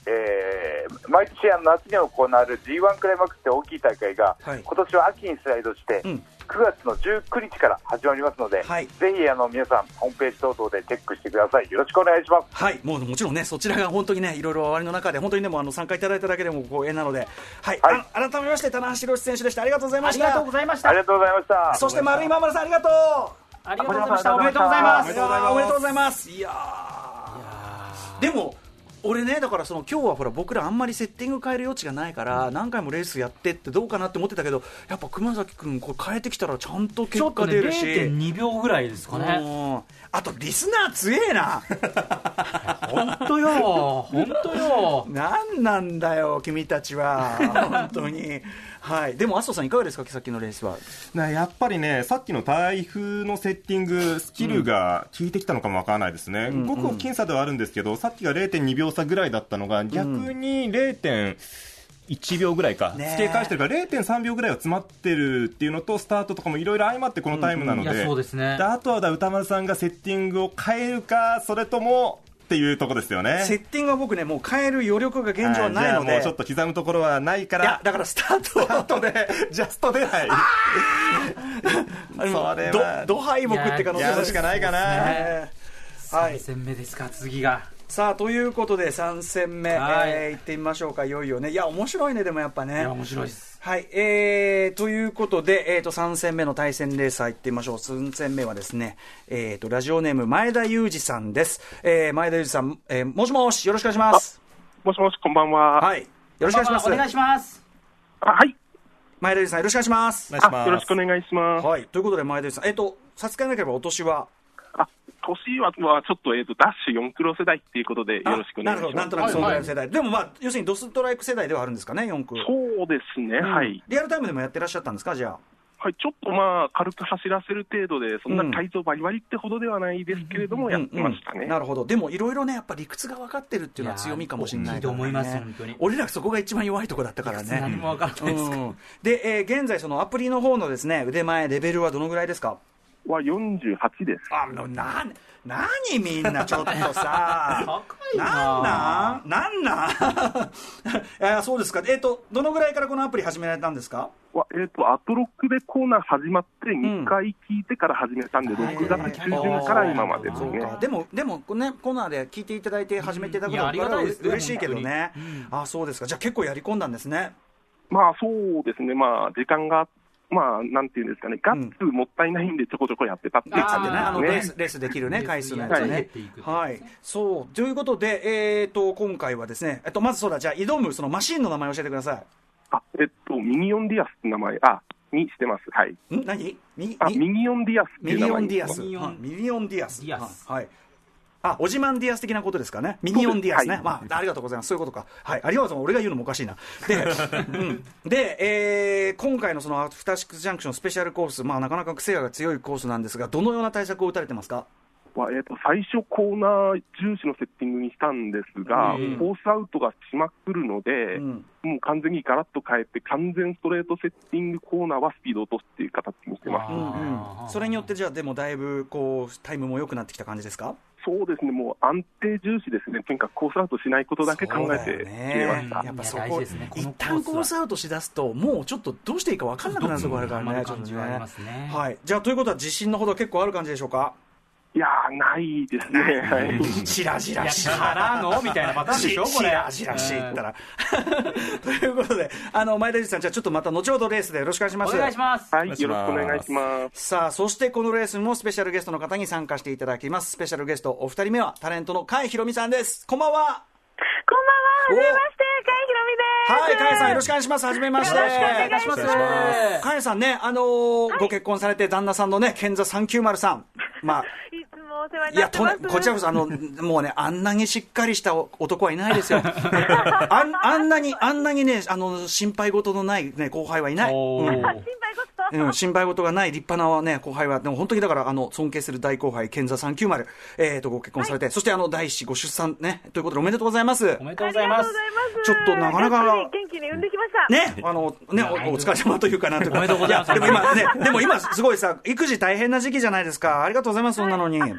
えー、毎年あの夏に行われる ジーワン クライマックスって大きい大会が、はい、今年は秋にスライドして、うん、くがつのじゅうくにちから始まりますので、はい、ぜひあの皆さんホームページ等々でチェックしてください。よろしくお願いします。 はい、もうもちろんねそちらが本当にねいろいろ終わりの中で本当にでもあの参加いただいただけでも光栄なので、はい、はい、改めまして棚橋宏選手でした。ありがとうございました。 ありがとうございました。 ありがとうございました。 そして丸井ママさんありがとう。 ありがとうございました。おめでとうございます。 おめでとうございます。いやーでも俺ねだからその今日はほら僕らあんまりセッティング変える余地がないから何回もレースやってってどうかなって思ってたけどやっぱ熊崎君これ変えてきたらちゃんと結果出るし、 ちょっとね れいてんにびょうぐらいですかね。 あとリスナー強えな本当よ本当よなんなんだよ君たちは本当にはい、でも麻生さんいかがですかさっきのレースは。 やっぱりねさっきの台風のセッティングスキルが効いてきたのかもわからないですね、うん、ごく僅差ではあるんですけど、さっきが れいてんにびょう差ぐらいだったのが逆に れいてんいちびょうぐらいか、ね、付け返してるから れいてんさんびょうぐらいは詰まってるっていうのとスタートとかもいろいろ相まってこのタイムなので、うんうん、 そうですね、 であとは歌丸さんがセッティングを変えるかそれともっていうところですよね。 セッティングは僕ねもう変える余力が現状はないので、 じゃあもうちょっと刻むところはないから、いやだからスタートは後でジャスト出ないそれはド敗北って可能性やるしかないかな、ね、 はい、さん戦目ですか次が。 さあということでさん戦目、はい、えー、いってみましょうか。いよいよね。いや面白いねでもやっぱね。 いや面白いです。 はい、えー、ということで、えー、とさん戦目の対戦レース入ってみましょう。さん戦目はですね、えー、とラジオネーム前田裕二さんです。えー、前田裕二さん、えー、もしもしよろしくお願いします。 もしもしこんばんは。 はい、よろしくお願いします。 お願いします。 あ、はい、 前田裕二さんよろしくお願いします。 あ、よろしくお願いします。 はい、ということで前田裕二さん、えっ、ー、と差し支えなければお年は。 あ、年はちょっと、えーと、ダッシュよんクロ世代っていうことでよろしくお願いします。 なるほど、なんとなくそのぐらいの世代、はいはい、でもまあ要するにドストライク世代ではあるんですかね。よんクロ。 そうですね、うん、はい。 リアルタイムでもやってらっしゃったんですか。じゃあはい、ちょっとまあ軽く走らせる程度でそんな改造バリバリってほどではないですけれどもやってましたね、うんうん、 なるほど。でもいろいろねやっぱ理屈が分かってるっていうのは強みかもしれないから、ね、 いいと思います本当に。 俺らそこが一番弱いところだったからね。 何も分からないですか、うん、 で、えー、現在そのアプリの方のですね腕前レベルはどのぐらいですか。 はよんじゅうはちです。 あのな何みんなちょっとさ高いななんなんなんあそうですか。えっ、ー、とどのぐらいからこのアプリ始められたんですか。 わえー、とアトロックでコーナー始まってにかい聞いてから始めたんで、うん、ろくがつ中旬から今までですね。 でもでも、ね、コーナーで聞いていただいて始めていただくのは嬉しいけどね、うん、あそうですか。じゃあ結構やり込んだんですね。 まあそうですね、まあ時間がまあ、なんていうんですかね、ガッツもったいないんでちょこちょこやってたっていう感じですね。 あのレース、レースできるね、回数のやつね。はい。そう。ということで、えっと、今回はですね、えっと、まずそうだ、じゃあ挑むそのマシンの名前を教えてください。 あ、えっと、ミニオンディアスって名前、あ、にしてます。はい。 ん何ミあ、ミニオンディアスっていう名前。 ミニオンディアス。ミニオンディアス。はい。あ、オジマンディアス的なことですかね。ミニオンディアスね。はい、まあ、ありがとうございます。そういうことか。はい。ありがとうございます。俺が言うのもおかしいな。で、うん、で、えー、今回のそのアフターシックスジャンクションスペシャルコース、まあ、なかなか癖が強いコースなんですが、どのような対策を打たれてますか。 まあえー、と最初コーナー重視のセッティングにしたんですが、うん、コースアウトがしまくるので、うん、もう完全にガラッと変えて完全ストレートセッティングコーナーはスピードを落とすっていう形にしてます。 うんうん、それによってじゃあでもだいぶこうタイムも良くなってきた感じですか。 そうですね、もう安定重視ですね。とにかくコースアウトしないことだけ考えて決めました。 ね、やっぱそこ、ね、一旦コースアウトしだすともうちょっとどうしていいか分かんなくなるところあるからね。ちょっとね。はい。じゃあということは自信のほど結構ある感じでしょうか。 いやーないですね。はい。 じらじらしからのみたいなパターンでしょこれ。 じらじらしいったら。ということで、あの前田さん、じゃあちょっとまた後ほどレースでよろしくお願いします。 お願いします。 はい、よろしくお願いします。 さあ、そしてこのレースにもスペシャルゲストの方に参加していただきます。スペシャルゲストお二人目はタレントの甲斐ひろみさんです。こんばんは。 こんばんは。はじめまして、甲斐ひろみです。 はい、甲斐さんよろしくお願いします。はじめまして。 よろしくお願いします。 甲斐さんね、あのーはい、ご結婚されて旦那さんのね、ケンザさんきゅうまるさん。まあ。いやとこちらこそあのもうねあんなにしっかりした男はいないですよ。あ ん, あんなにあんなにねあの心配事のない、ね、後輩はいない。 うん、心配事、 うん、心配事がない立派な、ね、後輩はでも本当にだからあの尊敬する大後輩ケンザさんきゅうまる、えー、とご結婚されて、はい、そしてあの第一子ご出産ねということでおめでとうございます。 おめでとうございます。 ちょっとなかなか元気に産んできましたね。あのね お, お疲れ様というかなというかおめでとうございます。 でも今ねでも今すごいさ育児大変な時期じゃないですか。ありがとうございます。そんなのに。 全然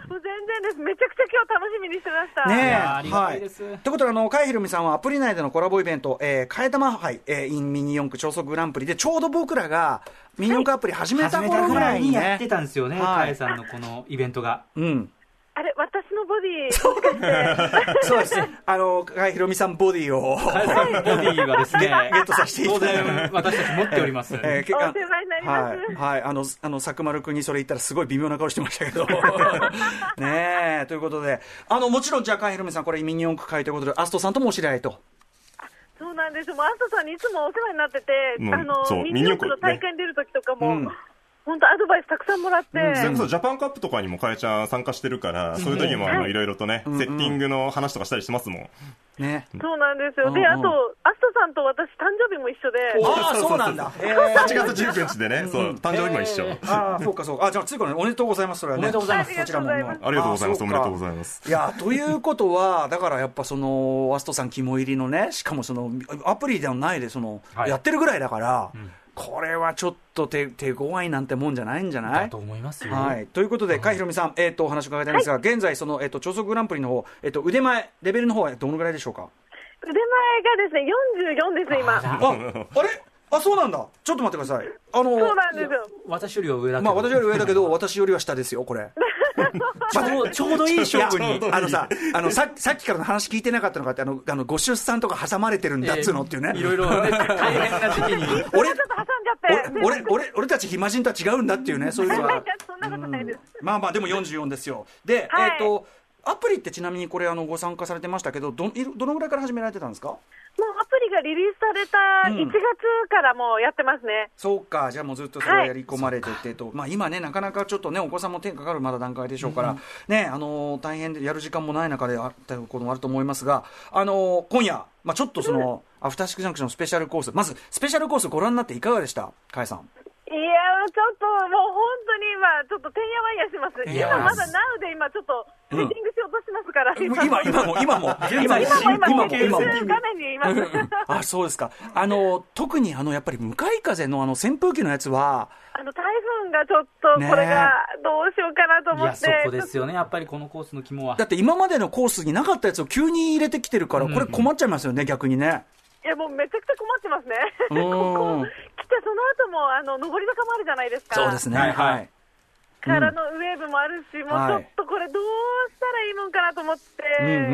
然です。めちゃくちゃ今日楽しみにしてました。 ねえ、 ありがたいです。 はい、ということで、あの、かいひろみさんはアプリ内でのコラボイベント、えー、替え玉杯、えー、インミニ四駆超速グランプリで、ちょうど僕らがミニ四駆アプリ始めた頃ぐらいに、ね、 やってたんですよね、かえさんのこのイベントが。 うん。 あれ、私のボディそうですね。あの、かいひろみさんボディを。 かえさんのボディがですね、 ゲットさせていただいて。 当然、私たち持っております。 えー、お世話になります。 はい。はい。あの、あの、佐久丸くんにそれ言ったらすごい微妙な顔してましたけど。ねえ、ということで。あの、もちろん、じゃあ、かいひろみさん、これミニ四駆会ということで、アストさんともお知り合いと。 そうなんです。もうアストさんにいつもお世話になってて、うん、あの、ミニ四駆の大会に出るときとかも、うん、本当アドバイスたくさんもらって、うん、 それこそジャパンカップとかにもかえちゃん参加してるから、うん、そういう時もあのいろいろとね、うん、セッティングの話とかしたりしてますもん。 ね、 そうなんですよ。で、あとアストさんと私誕生日も一緒で。 ああ、そうなんだ。 はちがつじゅうくにちでね、そう誕生日も一緒。 ああ、そうかそうか。あ、じゃあついこのおめでとうございます。それはね。 おめでとうございます。 こちらも。ありがとうございます。おめでとうございます。 いや、ということはだからやっぱそのアストさん肝入りのね、しかもそのアプリではないでそのやってるぐらいだから。これはちょっと手手強いなんてもんじゃないんじゃないだと思いますよ。 はい、ということで、かいひろみさん、えー、とお話を伺いたいんですが、はい、現在その、えー、と超速グランプリの方、えー、と腕前レベルの方はどのぐらいでしょうか。 腕前がですねよんじゅうよんです今。 ああれあ、そうなんだ。ちょっと待ってください。あのそうなんですよ。 私よりは上だけど、 まあ、私より上だけど私よりは下ですよこれ。 ちょう、ちょうどいい勝負に。 あのさ、あのさ、さっきからの話聞いてなかったのかって、あの、あのご出産とか挟まれてるんだっつうのっていうね。 えー、いろいろ、ね、大変な時期に。 俺、ちょっと挟んじゃって。 俺、俺、俺たち暇人とは違うんだっていうね、そういうのは。 そんなことないです。 まあまあ、でもよんじゅうよんですよ。で、はい、えっ、ー、と、アプリってちなみにこれあのご参加されてましたけど、ど、どのぐらいから始められてたんですか？ もうアプリがリリースされたいちがつからもうやってますね。うん、 そうか、じゃあもうずっとそれをやり込まれててと、はい、まあ今ね、なかなかちょっとね、お子さんも手がかかるまだ段階でしょうから、うん、ね、あのー、大変でやる時間もない中であったこともあると思いますが、あのー、今夜、まあちょっとその、うん、アフターシックスジャンクションスペシャルコース、まずスペシャルコースご覧になっていかがでした？かえさん。 いやちょっともう本当に今ちょっとてんやわんやします。今まだナウで今ちょっとセッティングしようとしてますから、うん、 今今も今も今も今も今も画面にいます。 あ、そうですか。あの特にあのやっぱり向かい風のあの扇風機のやつはあの台風がちょっとこれがどうしようかなと思って、 ね、いやそこですよね、やっぱりこのコースの肝は。 だって今までのコースになかったやつを急に入れてきてるから、これ困っちゃいますよね、うんうん、逆にね。 いやもうめちゃくちゃ困ってますね。ここ来てその後もあの上り坂もあるじゃないですか。 そうですね。はい。 からのウェーブもあるし、うん、もうちょっとこれどうしたらいいもんかなと思って、うんうん、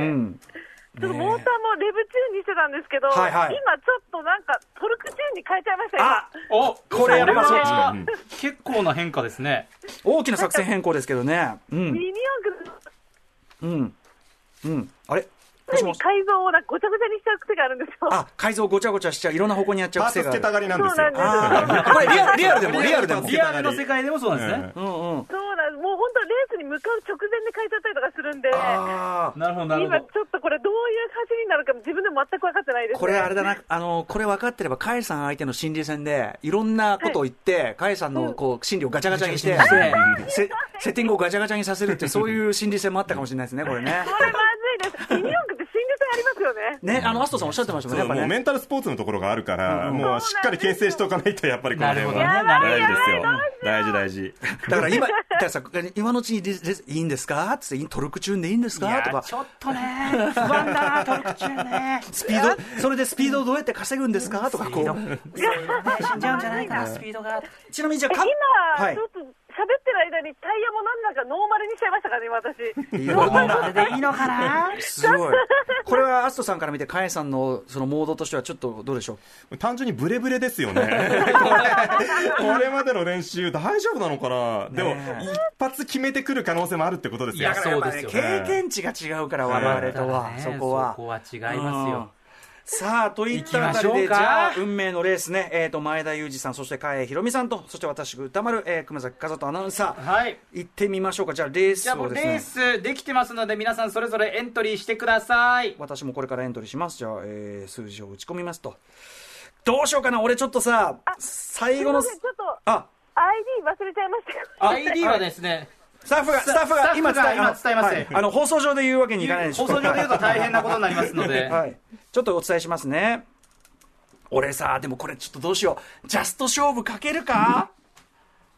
ちょっとモーターもレブチューンにしてたんですけど、はいはい、今ちょっとなんかトルクチューンに変えちゃいましたよ。 あ、お、これやっぱそうか、 うん、結構な変化ですね。 大きな作戦変更ですけどね。うん、 ミニ四駆。 うんうん。あれ。 常に改造をなんかごちゃごちゃにしちゃう癖があるんですよ。 あ、改造ごちゃごちゃしちゃう、いろんな方向にやっちゃう癖がある。 パーツつけたがりなんですよ。 あこれリアル、リアルでもリアルでもリアルの世界でもそうなんですね。 うんうん。そうなんです。もう本当レースに向かう直前で変えちゃったりとかするんで。 ああ、なるほどなるほど。 今ちょっとこれどういう走りになるか自分でも全く分かってないです、ね。 これあれだな、あのこれ分かってればカエさん相手の心理戦でいろんなことを言って、はい、カエさんのこう心理をガチャガチャにして、うん、セ, セッティングをガチャガチャにさせるってそういう心理戦もあったかもしれないですねこれね。 これまずいです。ミニ四駆って心理戦ありますよね。 ね、あのアストさんおっしゃってましたもんね。やっぱね、 もうメンタルスポーツのところがあるから、うん、もうしっかり牽制しておかないとやっぱりこの辺は大事ですよ。大事大事。 だから今だからさ今のうちにいいんですかってトルクチューンでいいんですかとか。 ちょっとね不安だなトルクチューンね。 スピードそれでスピードをどうやって稼ぐんですかとかこう。 死んじゃうんじゃないかスピードが。 ちなみにじゃあ今、はい、ちょっと喋ってる間にタイヤもなんだかノーマルにしちゃいましたからね私。 ノーマルでいいのかな。 すごい。これはアストさんから見てカエさんのそのモードとしてはちょっとどうでしょう。単純にブレブレですよね。これまでの練習大丈夫なのかな。でも一発決めてくる可能性もあるってことですよ。 いやそうですよ、ね、経験値が違うから我々とは、ね、そこはそこは違いますよ。 さあといったあたりでじゃあ運命のレースね、えー、と前田裕二さんそしてかえひろみさんとそして私歌丸、えー、熊崎和人アナウンサー、はい、行ってみましょうか。じゃあレースをですね、 レースできてますので皆さんそれぞれエントリーしてください。 私もこれからエントリーします。じゃあ、えー、数字を打ち込みますとどうしようかな。俺ちょっとさ最後のちょっとあ アイディー 忘れちゃいましたよ。 アイディー はですねスタッフがスタッフが今伝えます。 伝えます、はい、 あの放送上で言うわけにいかないでしょ。 放送上で言うと大変なことになりますので、 はい、ちょっとお伝えしますね。俺さでもこれちょっとどうしよう。ジャスト勝負かけるか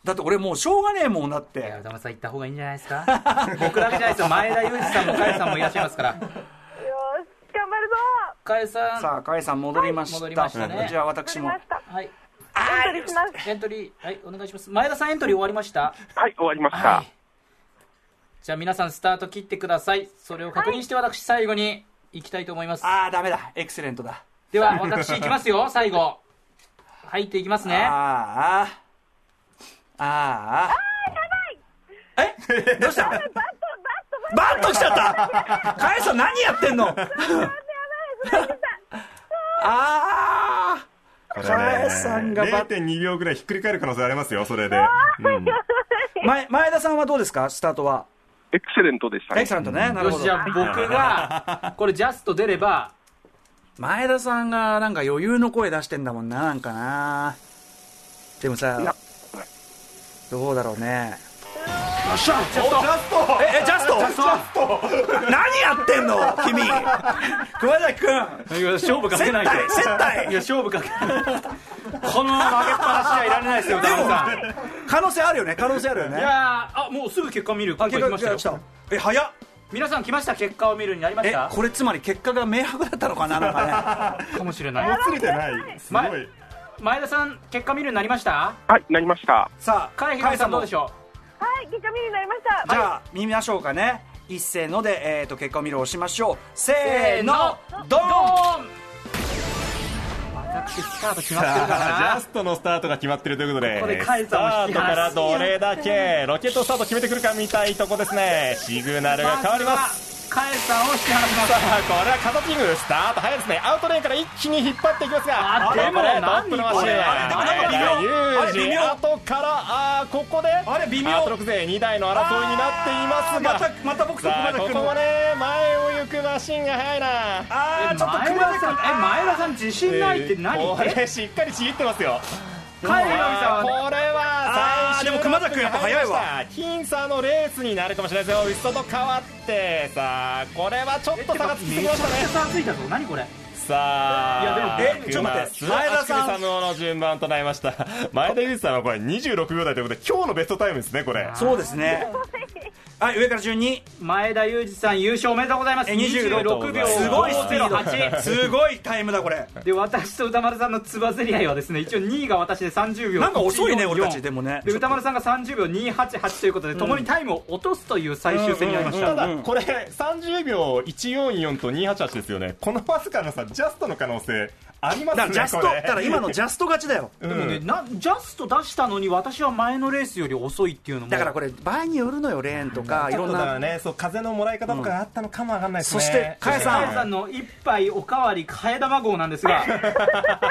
だって俺もうしょうがねえもんだって。 いや歌丸さん行った方がいいんじゃないですか僕だけじゃないですよ、前田裕二さんもかえさんもいらっしゃいますから。よし頑張るぞかえさん。 さあかえさん戻りました、 はい、戻りましたね。 じゃあ私も、 はい、 エントリーします。 エントリー、はい、お願いします。前田さんエントリー終わりました？ はい終わりました、はい、 じゃあ皆さんスタート切ってください。それを確認して私最後に行きたいと思います。 ああダメだ、エクセレントだ。 では私行きますよ最後入っていきますね。 ああああああやばい。えどうした？バットバットバット来ちゃったかえさん何やってんのああかえさんがれいてんにびょうぐらいひっくり返る可能性ありますよそれで、うん、 前, 前田さんはどうですかスタートは？ エクセレントでしたね。 エクセレントね、なるほど。 よしじゃあ僕がこれジャスト出れば前田さんがなんか余裕の声出してんだもんな、なんかな。でもさどうだろうね。 よっしゃジャストジャストええジャストジャスト何やってんの君熊崎君。 いや勝負かけないと接待いや勝負かけないこのまま負けっぱなしじゃいられないですよ歌丸さん。 可能性あるよね、可能性あるよね。 いやあもうすぐ結果見る。結果来ましたよ。 え早っ。 皆さん来ました？結果を見るになりました？ えこれつまり結果が明白だったのかな、なんかねかもしれない。 もうつれてない。すごい。 前田さん結果見るになりました？ はいなりました。 さあかえひろみさんどうでしょう？はい結果見るになりました。 じゃあ見ましょうかね。一斉ので、えー、と結果を見るをしましょう。せーのドーン。 私スタート決まってるからな。 ジャストのスタートが決まってるということで、 ここでカエスタさんもートからどれだけロケットスタート決めてくるか見たいとこですね。シグナルが変わります。 カエさんを引き離します。 さあこれはカザキングスタート早いですね。アウトレーンから一気に引っ張っていきますが、 あでもこれトップのマシンあれユージ後からあここであれ微妙アートロック勢にだいの争いになっていますが、 またまた僕と熊田君ここもね前を行くマシンが早いな。 あーちょっと前田さんえ前田さん自信ないって何？ えー、これしっかりちぎってますよ。 カエひろみさんはこれは最終でも熊田君やっぱ早いわ。 僅差のレースになるかもしれないですよ。ウッソと変わってさあこれはちょっと差がつきすぎましたね。 めちゃくちゃ差ついたぞ。何これ。 さあいやでもえちょっと待って前田さん足首さんの順番となりました。前田裕二さんはこれにじゅうろくびょうだいということで今日のベストタイムですねこれ。 そうですねはい上から順に前田裕二さん優勝おめでとうございます。 にじゅうろくびょうすごいスピードすごいタイムだこれ。 で私と歌丸さんのつばぜり合いはですね一応にいが私でさんじゅうびょうなんか遅いね俺たちでもね。 で歌丸さんがさんじゅうびょうにはちはちということで、うん、共にタイムを落とすという最終戦になりました。 ただこれさんじゅうびょういちよんよんとにはちはちですよね。このわずかなさジャストの可能性ありますね。 だからジャストだから今のジャスト勝ちだよ。 でもねなジャスト出したのに私は前のレースより遅いっていうのもだからこれ場合によるのよ。レーンとかいろんなねそう風のもらい方とかあったのかもわかんないですね。 そしてかえさんさんの一杯おかわり替え玉号なんですがおかわりどころかコースアウ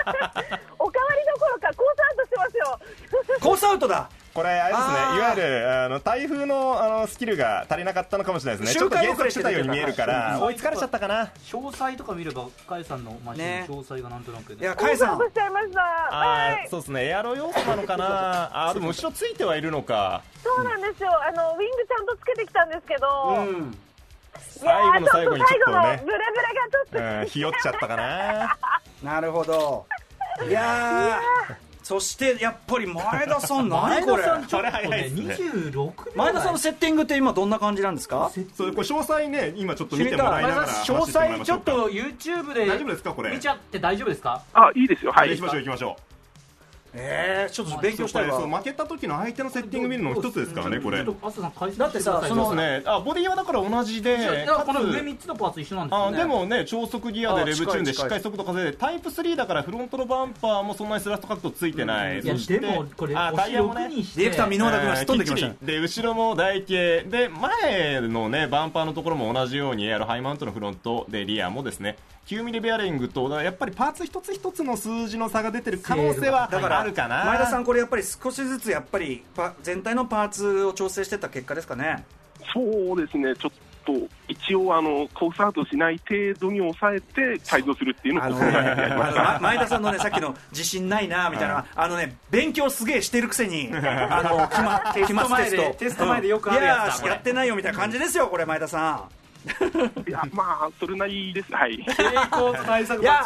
トしてますよコースアウトだ。 これあれですね、いわゆるあの台風のあのスキルが足りなかったのかもしれないですね。ちょっと減速してたように見えるから追いつかれちゃったかな。 詳細とか見ればカエさんのマシンの詳細がなんとなく、ね、 いやカエさんしちゃいました。 あそうですねエアロ要素なのかなあでも後ろついてはいるのか。 そうなんですよ。あのウィングちゃんとつけてきたんですけど、うん、 最後の最後にちょっとねブレブレがちょっと、 うん、ひよっちゃったかななるほど。いやーそしてやっぱり前田さん何これこれ早いですね。にじゅうろくびょう前田さんのセッティングって今どんな感じなんですか？ それこれ詳細ね今ちょっと見てもらいながら詳細ちょっと YouTube で大丈夫ですかこれ見ちゃって大丈夫ですか？ あいいですよ。はい行きましょう行きましょう。 えー、ちょっと勉強したいわ。 そう負けた時の相手のセッティング見るのも一つですからねこれ。 だってさそのねあボディはだから同じでこの上みっつのパーツ一緒なんですよね。 あでもね超速ギアでレブチューンでしっかり速度稼いでタイプスリーだからフロントのバンパーもそんなにスラスト角度ついてない、うん、そしてでもこれあタイヤもねディレクター箕輪田君がすっ飛んできました、 ね、で後ろも台形で前のねバンパーのところも同じようにエアロハイマウントのフロントでリアもですねきゅうミリベアリングとやっぱりパーツ一つ一つの数字の差が出てる可能性はあるかな。 前田さんこれやっぱり少しずつやっぱり全体のパーツを調整していった結果ですかね。 そうですねちょっと一応あのコースアウトしない程度に抑えて改造するっていうのを、あのー、前田さんのねさっきの自信ないなみたいな、あのね勉強すげえしてるくせにあの期末テスト前でテスト前でよくあるやつだ。やってないよみたいな感じですよこれ前田さん。 いやまあそれなりです。はい。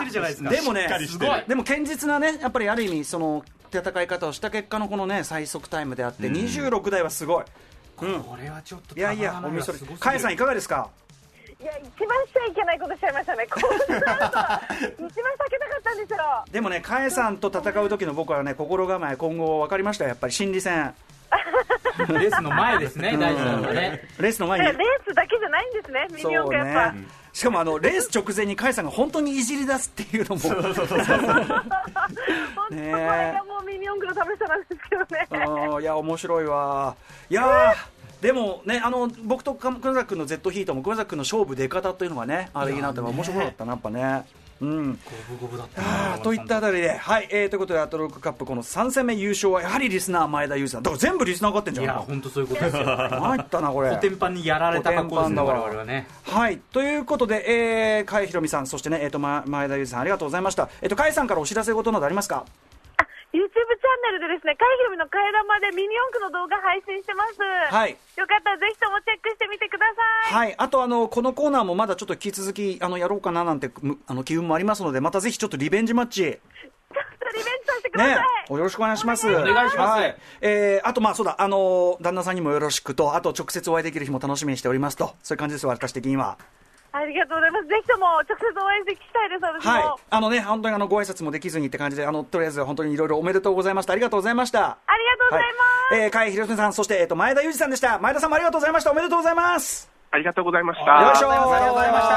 傾向と対策バッチリじゃないですか。 でもねすごいでも堅実なねやっぱりある意味その戦い方をした結果のこのね最速タイムであって、うん、にじゅうろくだいはすごい、 うん、これはちょっといやいやおみそれかえさんいかがですか。 いや一番しちゃいけないことしちゃいましたね。こうなると一番避けたかったんですよ。 でもねかえさんと戦う時の僕はね心構え今後分かりました。やっぱり心理戦レースの前ですね、大事なのはね。 レースの前に。 レースだけじゃないんですね、ミニ四駆やっぱ。ね、 しかもあのレース直前に甲斐さんが本当にいじり出すっていうのも。そうそうそうそう。本当これがもうミニ四駆の楽しさなんですけどね。 あいや面白いわ。いやでもねあの僕と熊崎君の Z ヒートも熊崎君の勝負出方というのがねあれいいなって面白かったなやっぱね。うん、 五分五分だったなといったあたりで、はいえー、ということでアトロックカップこのさん戦目優勝はやはりリスナー前田裕二さんだから全部リスナー勝ってんじゃん。 いや本当そういうことですよ。 参ったなこれ。 コテンパンにやられた格好ですね我々はね。 はいということで、えー、甲斐ひろみさんそしてね、えー、と前田裕二さんありがとうございました。えー、と甲斐さんからお知らせ事などありますか。 YouTube チャンネルでですね、甲斐ひろみの替え玉でミニ四駆の動画配信してます。はい。よかったらぜひともチェックしてみてください。 はい。あとあのこのコーナーもまだちょっと引き続きあのやろうかななんてあの機運もありますので、またぜひちょっとリベンジマッチ。 ちょっとリベンジさせてください。ね、 よろしくお願いします。 お願いします。はい。 えー、あとまあそうだあの旦那さんにもよろしくと、あと直接お会いできる日も楽しみにしておりますと、そういう感じです私的には。 ありがとうございます。ぜひとも直接お会いできたいです。私も。 はい。あのね、本当にあのご挨拶もできずにって感じで、あのとりあえず本当にいろいろおめでとうございました。ありがとうございました。ありがとうございます。 はい、えー、甲斐ひろみさん、そしてえっ、ー、と前田裕二さんでした。前田さんもありがとうございました。おめでとうございます。 ありがとうございました。 よいしょー。ありがとうございました。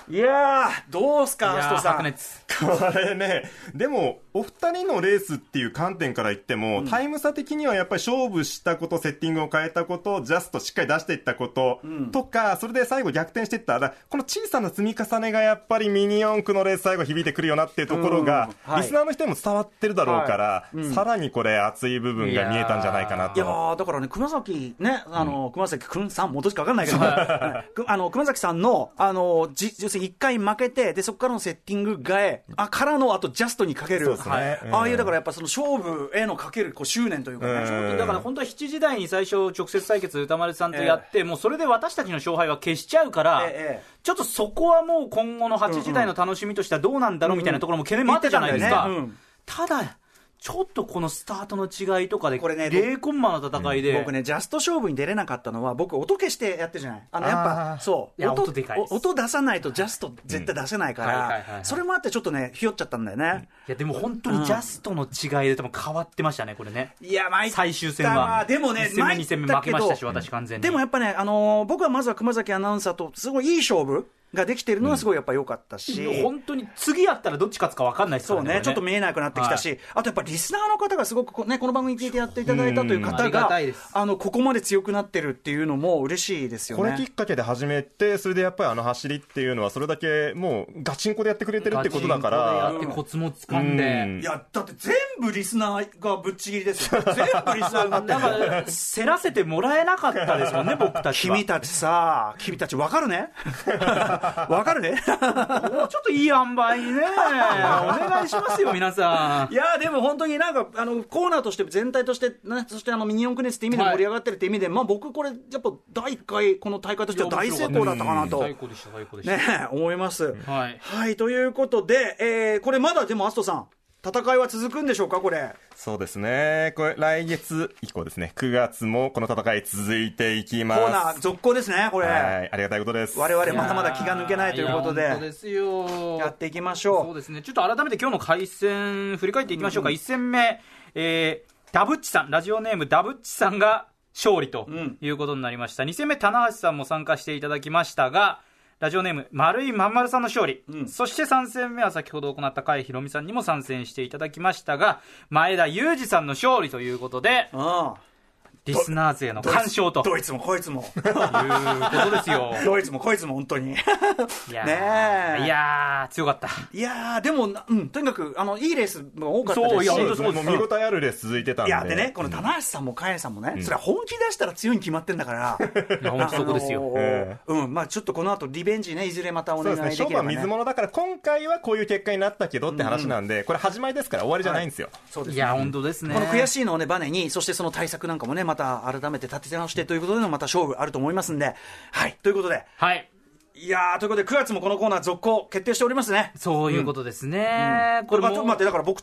いやー、どうすか、アストさん。 これね、でも、お二人のレースっていう観点から言っても、うん、タイム差的にはやっぱり勝負したこと、セッティングを変えたこと、ジャストしっかり出していったこととか、うん、それで最後逆転していったら、この小さな積み重ねがやっぱりミニ四駆のレース最後響いてくるよなっていうところが、うんはい、リスナーの人にも伝わってるだろうから、はいうん、さらにこれ熱い部分が見えたんじゃないかなと。 いやー、だからね、熊崎ね、あの、うん、熊崎くんさん、元しか分かんないけど、はい、あの熊崎さんの、あの、じ要するにいっかい負けて、で、そこからのセッティング替え、あからの、あとジャストにかける。そうですね。はいうん、ああいう、だからやっぱその勝負へのかけるこう執念というかね。 うん、だから本当はしちじ台に最初直接対決歌丸さんとやって、えー、もうそれで私たちの勝敗は消しちゃうから、えー、ちょっとそこはもう今後のはちじ台の楽しみとしてはどうなんだろうみたいなところも懸念もあったじゃないですか。うんうん、ただ、ちょっとこのスタートの違いとかで、これね、ゼロコンマの戦いで、 うん、僕ね、ジャスト勝負に出れなかったのは、僕、音消してやってるじゃない。あの、やっぱ、そう。 音、音でかいです。 音出さないとジャスト絶対出せないから、それもあってちょっとね、ひよっちゃったんだよね。 いや、でも本当にジャストの違いで多分変わってましたね、これね。 いや、まい最終戦は。 でもね、 いち戦目、に戦目負けましたし、私完全に。 でもやっぱね、あのー、僕はまずは熊崎アナウンサーと、すごいいい勝負ができてるのはすごいやっぱ良かったし、 うん、本当に次やったらどっち勝つか分かんないですからね。 そうね、ちょっと見えなくなってきたし、はい、あとやっぱリスナーの方がすごくね、この番組聞いてやっていただいたという方が、あのここまで強くなってるっていうのも嬉しいですよね。 これきっかけで始めて、それでやっぱりあの走りっていうのはそれだけもうガチンコでやってくれてるってことだから、ガチンコでやってコツも掴んで、うん、 いやだって全部リスナーがぶっちぎりですよ。全部リスナーがだから競らせてもらえなかったですもんね、僕たちは。 君たちさ、君たち分かるね。分かるね。 もうちょっといい塩梅にね、お願いしますよ、皆さん。いや、でも本当になんか、あの、コーナーとして、全体として、ね、そしてあの、ミニ四駆熱って意味で盛り上がってるって意味で、はい、まあ僕これ、やっぱだいいっかい、この大会としては大成功だったかなと。 最高でした、最高でした。 ね、思います。 はい。 はい、ということで、えー、これまだでも、アストさん、戦いは続くんでしょうか、これ。 そうですね。これ、来月以降ですね。くがつもこの戦い続いていきます。 コーナー続行ですね、これ。 はい。ありがたいことです。 我々まだまだ気が抜けないということで。 本当ですよ。 やっていきましょう。 そうですね。ちょっと改めて今日の回戦、振り返っていきましょうか。うんうん、いち戦目、えー、ダブッチさん、ラジオネームダブッチさんが勝利ということになりました。うん、に戦目、棚橋さんも参加していただきましたが、ラジオネーム丸いまんまるさんの勝利、うん、そしてさん戦目は先ほど行った甲斐ひろみさんにも参戦していただきましたが、前田裕二さんの勝利ということで、ああリスナー勢の完勝とどいつもこいつもいうことですよ。 どいつもこいつも本当に。いやー、ね、いやー強かった。 いやーでも、うん、とにかくあのいいレースが多かったですし、 そういやそうもう見応えあるレース続いてたんで。 いやでね、この棚橋さんも甲斐さんもね、うん、それは本気出したら強いに決まってんだから。 いや本当そこですよ。 えー、うんまあちょっとこの後リベンジね、いずれまたお願いできればね。 そうですね、勝負は水物だから今回はこういう結果になったけどって話なんで、うんうん、これ始まりですから終わりじゃないんですよ。はい、 そうですね。 いや本当ですね。 この悔しいのをねバネに、そしてその対策なんかもねまた改めて立て直してということでのまた勝負あると思いますんで、はいということで、 はい。 いやーということでくがつもこのコーナー続行決定しておりますね。 そういうことですね。 うんうん、これ待って待って、だから僕と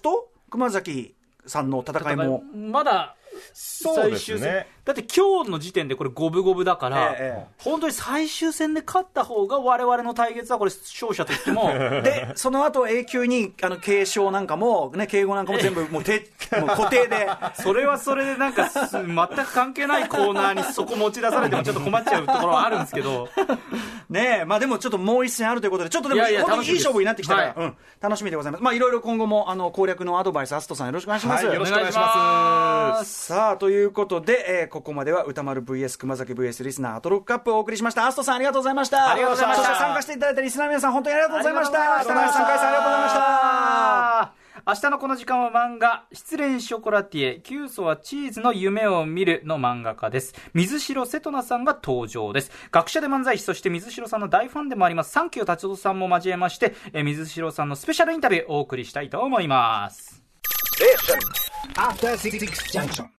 熊崎さんの戦いもまだ最終戦、ね、だって今日の時点でこれ五分五分だから、ええ、本当に最終戦で勝った方が我々の対決はこれ勝者と言ってもでその後永久にあの継承なんかも、ね、敬語なんかも全部もうてもう固定でそれはそれでなんか全く関係ないコーナーにそこ持ち出されてもちょっと困っちゃうところはあるんですけどねえ、まあでもちょっともう一戦あるということでちょっとでもいやいや本当にいい勝負になってきたから、はい、うん、楽しみでございます。まあいろいろ今後もあの攻略のアドバイスアストさんよろしくお願いします、はい、 よろしくお願いします。 さあということで、えー、ここまでは歌丸 ブイエス 熊崎 ブイエス リスナーアトロックアップをお送りしました。アストさんありがとうございました。 ありがとうございました。 そして参加していただいたリスナーの皆さん本当にありがとうございました。どうもさんかいさんありがとうございました。 明日のこの時間は漫画失恋ショコラティエキュウソはチーズの夢を見るの漫画家です。水城瀬戸那さんが登場です。学者で漫才師、そして水城さんの大ファンでもありますサンキュー達夫さんも交えまして、え水城さんのスペシャルインタビューをお送りしたいと思います。